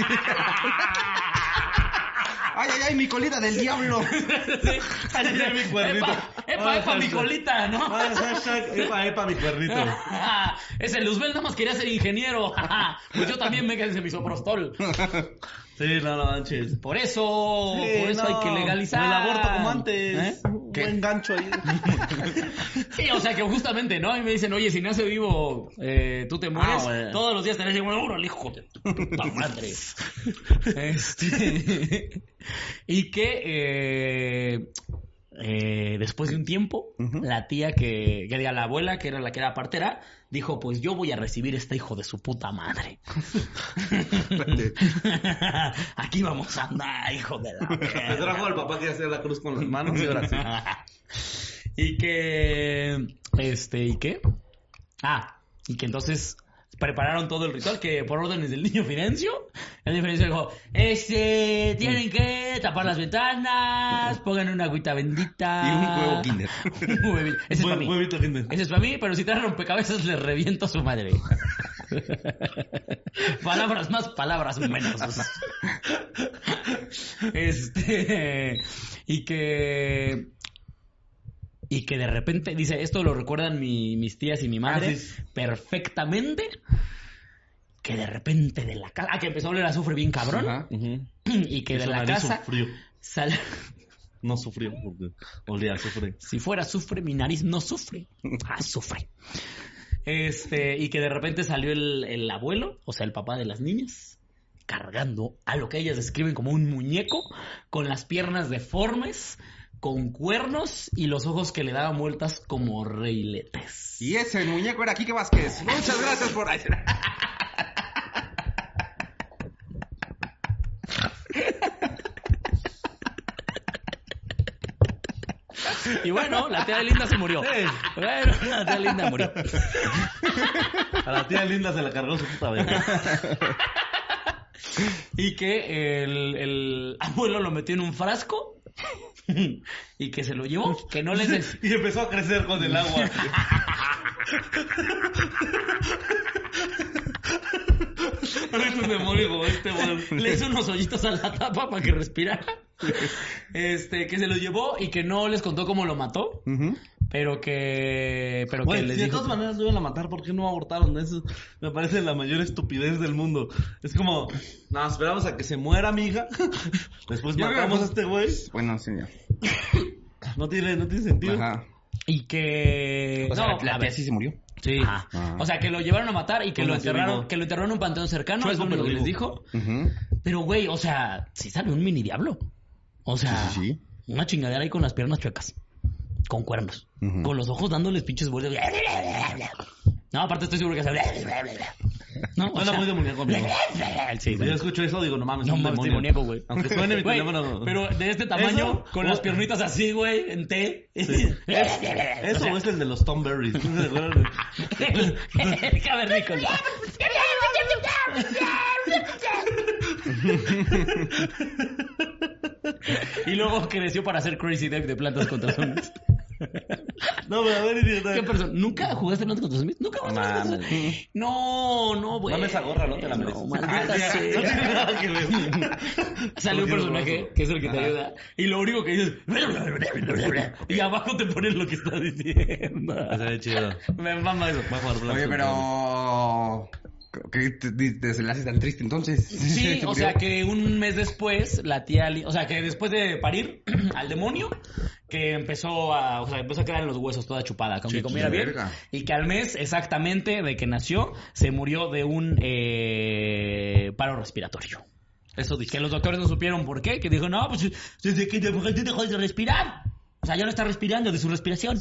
B: Ay, ay, ay, mi colita del diablo.
D: Ay, ay, ay, mi cuernito.
C: Epa, epa, epa, mi colita, ¿no?
D: Ah, hashtag, epa, epa, mi cuernito.
C: Ese Luzbel nada más quería ser ingeniero. Pues yo también me quedé en misoprostol.
D: Sí, no, no manches.
C: Por eso,
D: Sí,
C: por eso
D: no,
C: hay que legalizar.
D: El aborto como antes.
C: ¿Eh?
D: Un buen gancho ahí.
C: Sí, o sea que justamente, ¿no? Y me dicen, oye, si nace vivo, eh, tú te mueres.
D: Ah, bueno.
C: Todos los días tenés que decir, bueno, hijo de tu puta madre. Este... y que eh, eh, después de un tiempo, uh-huh. la tía que, que diga la abuela, que era la que era partera, dijo, pues yo voy a recibir este hijo de su puta madre. Aquí vamos a andar, hijo de la
D: Le trajo al papá que hacía la cruz con las manos y ahora sí.
C: Y que... Este, ¿y qué? Ah, y que entonces prepararon todo el ritual, que por órdenes del niño Firencio, el niño Firencio dijo, este, tienen que tapar las ventanas, pongan una agüita bendita.
B: Y un huevo Kinder.
C: Un huevito. Ese es para mí.
D: Huevito Kinder.
C: Ese es para mí, pero si traen rompecabezas le reviento a su madre. Palabras más, palabras menos. Este, y que... Y que de repente, dice, esto lo recuerdan mi, mis tías y mi madre
D: ah, sí.
C: perfectamente, que de repente de la casa, ah, que empezó a oler a azufre bien cabrón,
D: Ajá, uh-huh.
C: y que
D: y
C: de la casa
D: sufrió.
C: Sal...
D: No sufrió porque olía a azufre.
C: Si fuera azufre, mi nariz no sufre, azufre. Este, y que de repente salió el, el abuelo, o sea, el papá de las niñas, cargando a lo que ellas describen como un muñeco, con las piernas deformes, con cuernos y los ojos que le daban vueltas como reiletes.
B: Y ese el muñeco era Quique Vázquez. Muchas gracias por...
C: Y bueno, la tía Linda se murió.
D: Sí.
C: Bueno, la tía Linda murió.
D: A la tía Linda se la cargó su puta verga.
C: Y que el, el abuelo lo metió en un frasco y que se lo llevó, que no les... Des...
D: Y empezó a crecer con el agua.
C: Es un demonio este, bueno. Le hizo unos hoyitos a la tapa para que respirara. Este, que se lo llevó y que no les contó cómo lo mató. Uh-huh. Pero que... Pero
D: bueno,
C: que les
D: si
C: dijo...
D: de todas maneras lo iban a matar, ¿por qué no abortaron? Eso me parece la mayor estupidez del mundo. Es como, no, esperamos a que se muera mi hija. Después
B: ya
D: matamos
B: veo,
D: a este güey.
B: Bueno, señor.
D: No tiene, no tiene sentido.
B: Ajá.
C: Y que...
B: O sea,
C: no,
B: la, la tía sí se murió.
C: Sí. Ah. O sea, que lo llevaron a matar y que lo enterraron, que lo enterraron en un panteón cercano. Chueco, es lo que les dijo. Uh-huh. Pero, güey, o sea, sí salió un mini diablo. O sea, sí, sí, sí. Una chingadera ahí con las piernas chuecas. Con cuernos. Uh-huh. Con los ojos dándoles pinches vueltas. No, aparte estoy seguro que se...
D: No, suena muy demoníaco.
C: Sí,
D: yo escucho eso, digo, no mames,
C: no mames, demoníaco, güey.
D: Aunque suene mi teléfono.
C: Pero de este tamaño, ¿eso? Con o... las piernitas así, güey, en T.
D: Sí. ¿Es, eso o sea... es el de los Tom Berries.
C: El cavernícola. Y luego creció para hacer Crazy Dave de Plantas contra Zombies.
D: No, pero a ver, idiota.
C: ¿Qué persona? ¿Nunca jugaste Plantas contra Zombies? ¿Nunca jugaste Plantas contra Zombies? No, no, güey.
D: Dame esa gorra, no te la mereces.
C: No, maldita sea. No tiene nada que ver. Sale un personaje que es el que te ayuda y lo único que dices y abajo te ponen lo que está diciendo.
D: Se ve chido.
C: Me mama eso.
B: Oye, pero... ¿Qué desenlace tan triste entonces?
C: Sí, o sea que un mes después la tía, o sea que después de parir al demonio, que empezó a, o sea, empezó a quedar en los huesos toda chupada, como que comiera bien, y que al mes exactamente de que nació se murió de un eh, paro respiratorio. Eso dice. Que los doctores no supieron por qué, que dijo, no, pues desde que dejó de respirar, o sea ya no está respirando de su respiración.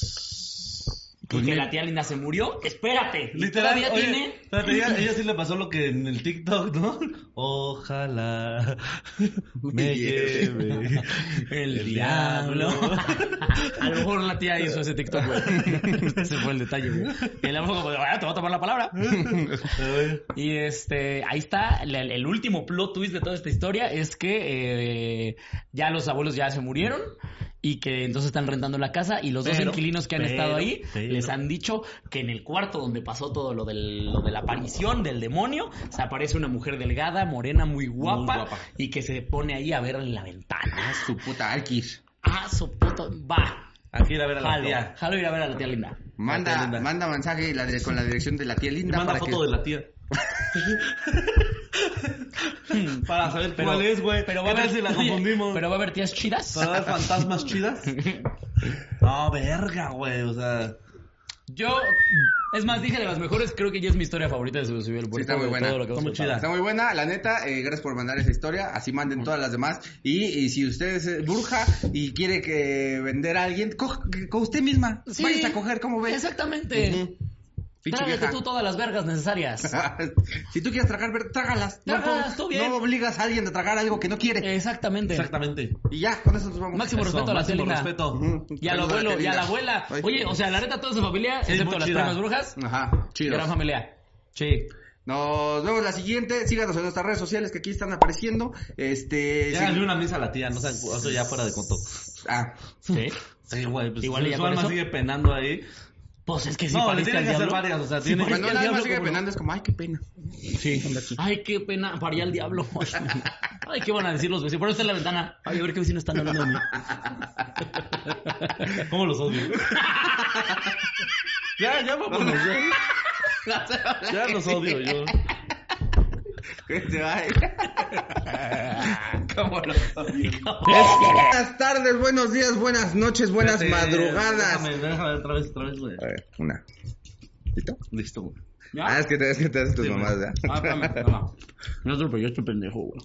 C: Y que la tía Linda se murió. Espérate.
D: Literal,
C: todavía
D: oye,
C: tiene.
D: Espérate, ella, ella sí le pasó lo que en el TikTok, ¿no? Ojalá me lleve
C: el, el diablo. A lo mejor la tía hizo ese TikTok, güey. Ese fue el detalle, güey. Y le dijo, ah, te voy a tomar la palabra. Y este, ahí está. El, el último plot twist de toda esta historia es que eh, ya los abuelos ya se murieron. Y que entonces están rentando la casa y los pero, dos inquilinos que han pero, estado ahí pero. les han dicho que en el cuarto donde pasó todo lo, del, lo de la aparición del demonio se aparece una mujer delgada, morena, muy guapa, muy guapa. Y que se pone ahí a ver en la ventana.
B: Ah, su puta Alquis.
C: Ah, su puta... Va.
D: Aquí ir a ver a la
C: Jalo,
D: tía.
C: jalo ir a ver a la tía linda.
B: Manda,
D: La tía linda.
B: manda mensaje la de- con la dirección de la tía
D: Y
B: linda
D: manda
B: para
D: foto
B: que...
D: de la tía. Para saber
C: Pero-
D: cuál es, güey.
C: Pero
D: ¿Qué
C: va a
D: tal
C: haber,
D: si la
C: oye,
D: confundimos?
C: pero va a haber tías chidas.
D: ¿Para ver fantasmas chidas? No, verga, güey. O sea...
C: Yo, es más, dije de las mejores, creo que ya es mi historia favorita de su subir el
B: está muy buena.
C: Todo lo que
D: Está
C: hemos
D: muy
C: contado.
D: chida.
B: Está muy buena, la neta, eh, gracias por mandar esa historia, así manden todas las demás, y, y si usted es eh, bruja y quiere que vender a alguien, co- con usted misma,
C: Sí.
B: vayas a coger, ¿cómo ves?
C: Exactamente.
B: Ujú. Pinche
C: Trágate
B: vieja.
C: tú todas las vergas necesarias.
B: Si tú quieres tragar, ver- trágalas. No,
C: Trágalas, tú bien.
B: no obligas a alguien a tragar algo que no quiere.
C: Exactamente.
D: Exactamente.
B: Y ya, con eso nos vamos.
C: Máximo
D: Eso,
C: respeto a la tía
D: máximo
C: linda.
D: respeto.
B: Ujú.
C: Y al
B: Saludos a
C: abuelo,
B: tía
C: y a la
B: linda.
C: abuela.
B: Ay.
C: Oye, o sea, la neta, toda su familia,
D: Sí,
C: excepto
D: muy
C: las
D: chida.
C: primas brujas,
B: Ajá, chido.
C: gran familia. Sí.
B: Nos vemos la siguiente. Síganos en nuestras redes sociales que aquí están apareciendo. Este.
D: Ya
B: sí-
D: le una misa a la tía, no sé, eso ya fuera de conto.
B: Ah,
C: Sí.
D: Sí, güey, pues
C: Igual
D: su
C: ella
D: su
C: con
D: alma
C: eso.
D: sigue penando ahí.
C: Pues es que sí,
D: No, le
C: pariste
D: tienen
C: al
D: que hacer
C: diablo.
D: varias, o sea,
C: Sí,
D: tiene
C: pariste
B: cuando
C: al
B: nada más
C: diablo,
B: sigue
C: ¿cómo no?
B: penando es como, ay, qué pena.
C: Sí. Ay, qué pena, paría al diablo. Ay, qué van a decir los vecinos. Por eso está en la ventana. Ay, a ver qué vecinos están hablando de mí.
D: ¿Cómo los odio? ya, ya vámonos, ya. Ya los odio yo.
B: Que se vaya.
C: ¿Cómo lo
B: Buenas tardes, buenos días, buenas noches, buenas
D: Espérate,
B: madrugadas.
D: Déjame, déjame otra vez, otra vez, güey.
B: A ver, una. ¿Listo?
D: Listo, güey.
C: ¿Ya?
B: Ah, es que te, es que te haces tus
D: Sí,
B: mamás,
D: güey.
B: ¿ya?
C: Ah, espérame, espérame. No te yo estoy pendejo, güey.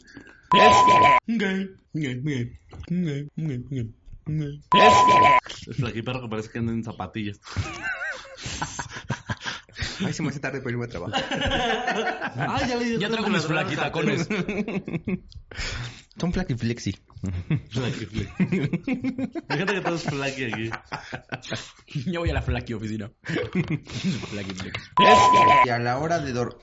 D: Es flaquiperro que parece que anda en zapatillas.
B: Ay, se me hace tarde para irme a trabajar.
D: Ah, ya le
C: Ya traigo mis flaquitacones.
B: Son flaquiflexi.
D: Flaquiflex. Fíjate que todo es flaqui aquí.
C: Ya voy a la flaqui oficina. Flaqui flex.
B: Y a la hora de dormir.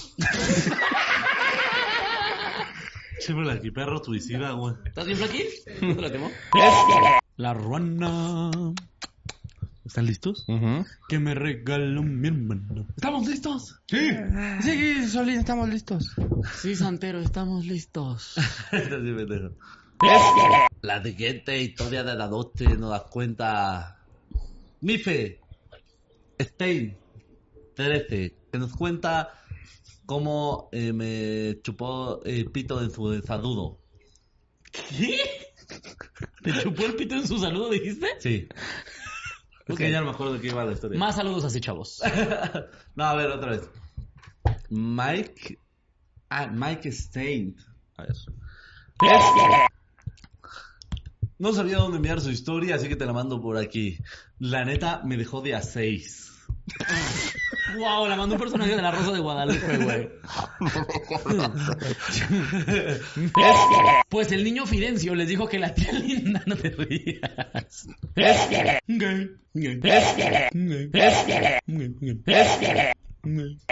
D: Che, flaquiperro suicida, güey.
C: ¿Estás bien, flaqui? ¿No te la temo? La ruana
D: ¿Están listos?
C: que me regaló mi hermano. ¿Estamos listos?
B: Sí, sí, Solín, estamos listos.
C: Sí, Santero, estamos listos.
D: Esto sí, pendejo. La siguiente historia de la noche nos da cuenta Mife Stein trece, que nos cuenta cómo eh, me chupó el pito en su saludo.
C: ¿Qué? ¿Te chupó el pito en su saludo, dijiste?
D: Sí. Es
C: Ok.
D: que ya no me acuerdo de qué iba la historia.
C: Más saludos así, chavos.
D: No, a ver, otra vez. Mike... Ah, Mike Stein. A ver. No sabía dónde enviar su historia, así que te la mando por aquí. La neta, me dejó de a seis.
C: Wow, la mandó un personaje de la Rosa de Guadalupe, güey. Pues el niño Fidencio les dijo que la tía linda no te rías. Gay, gay, gay, gay, gay.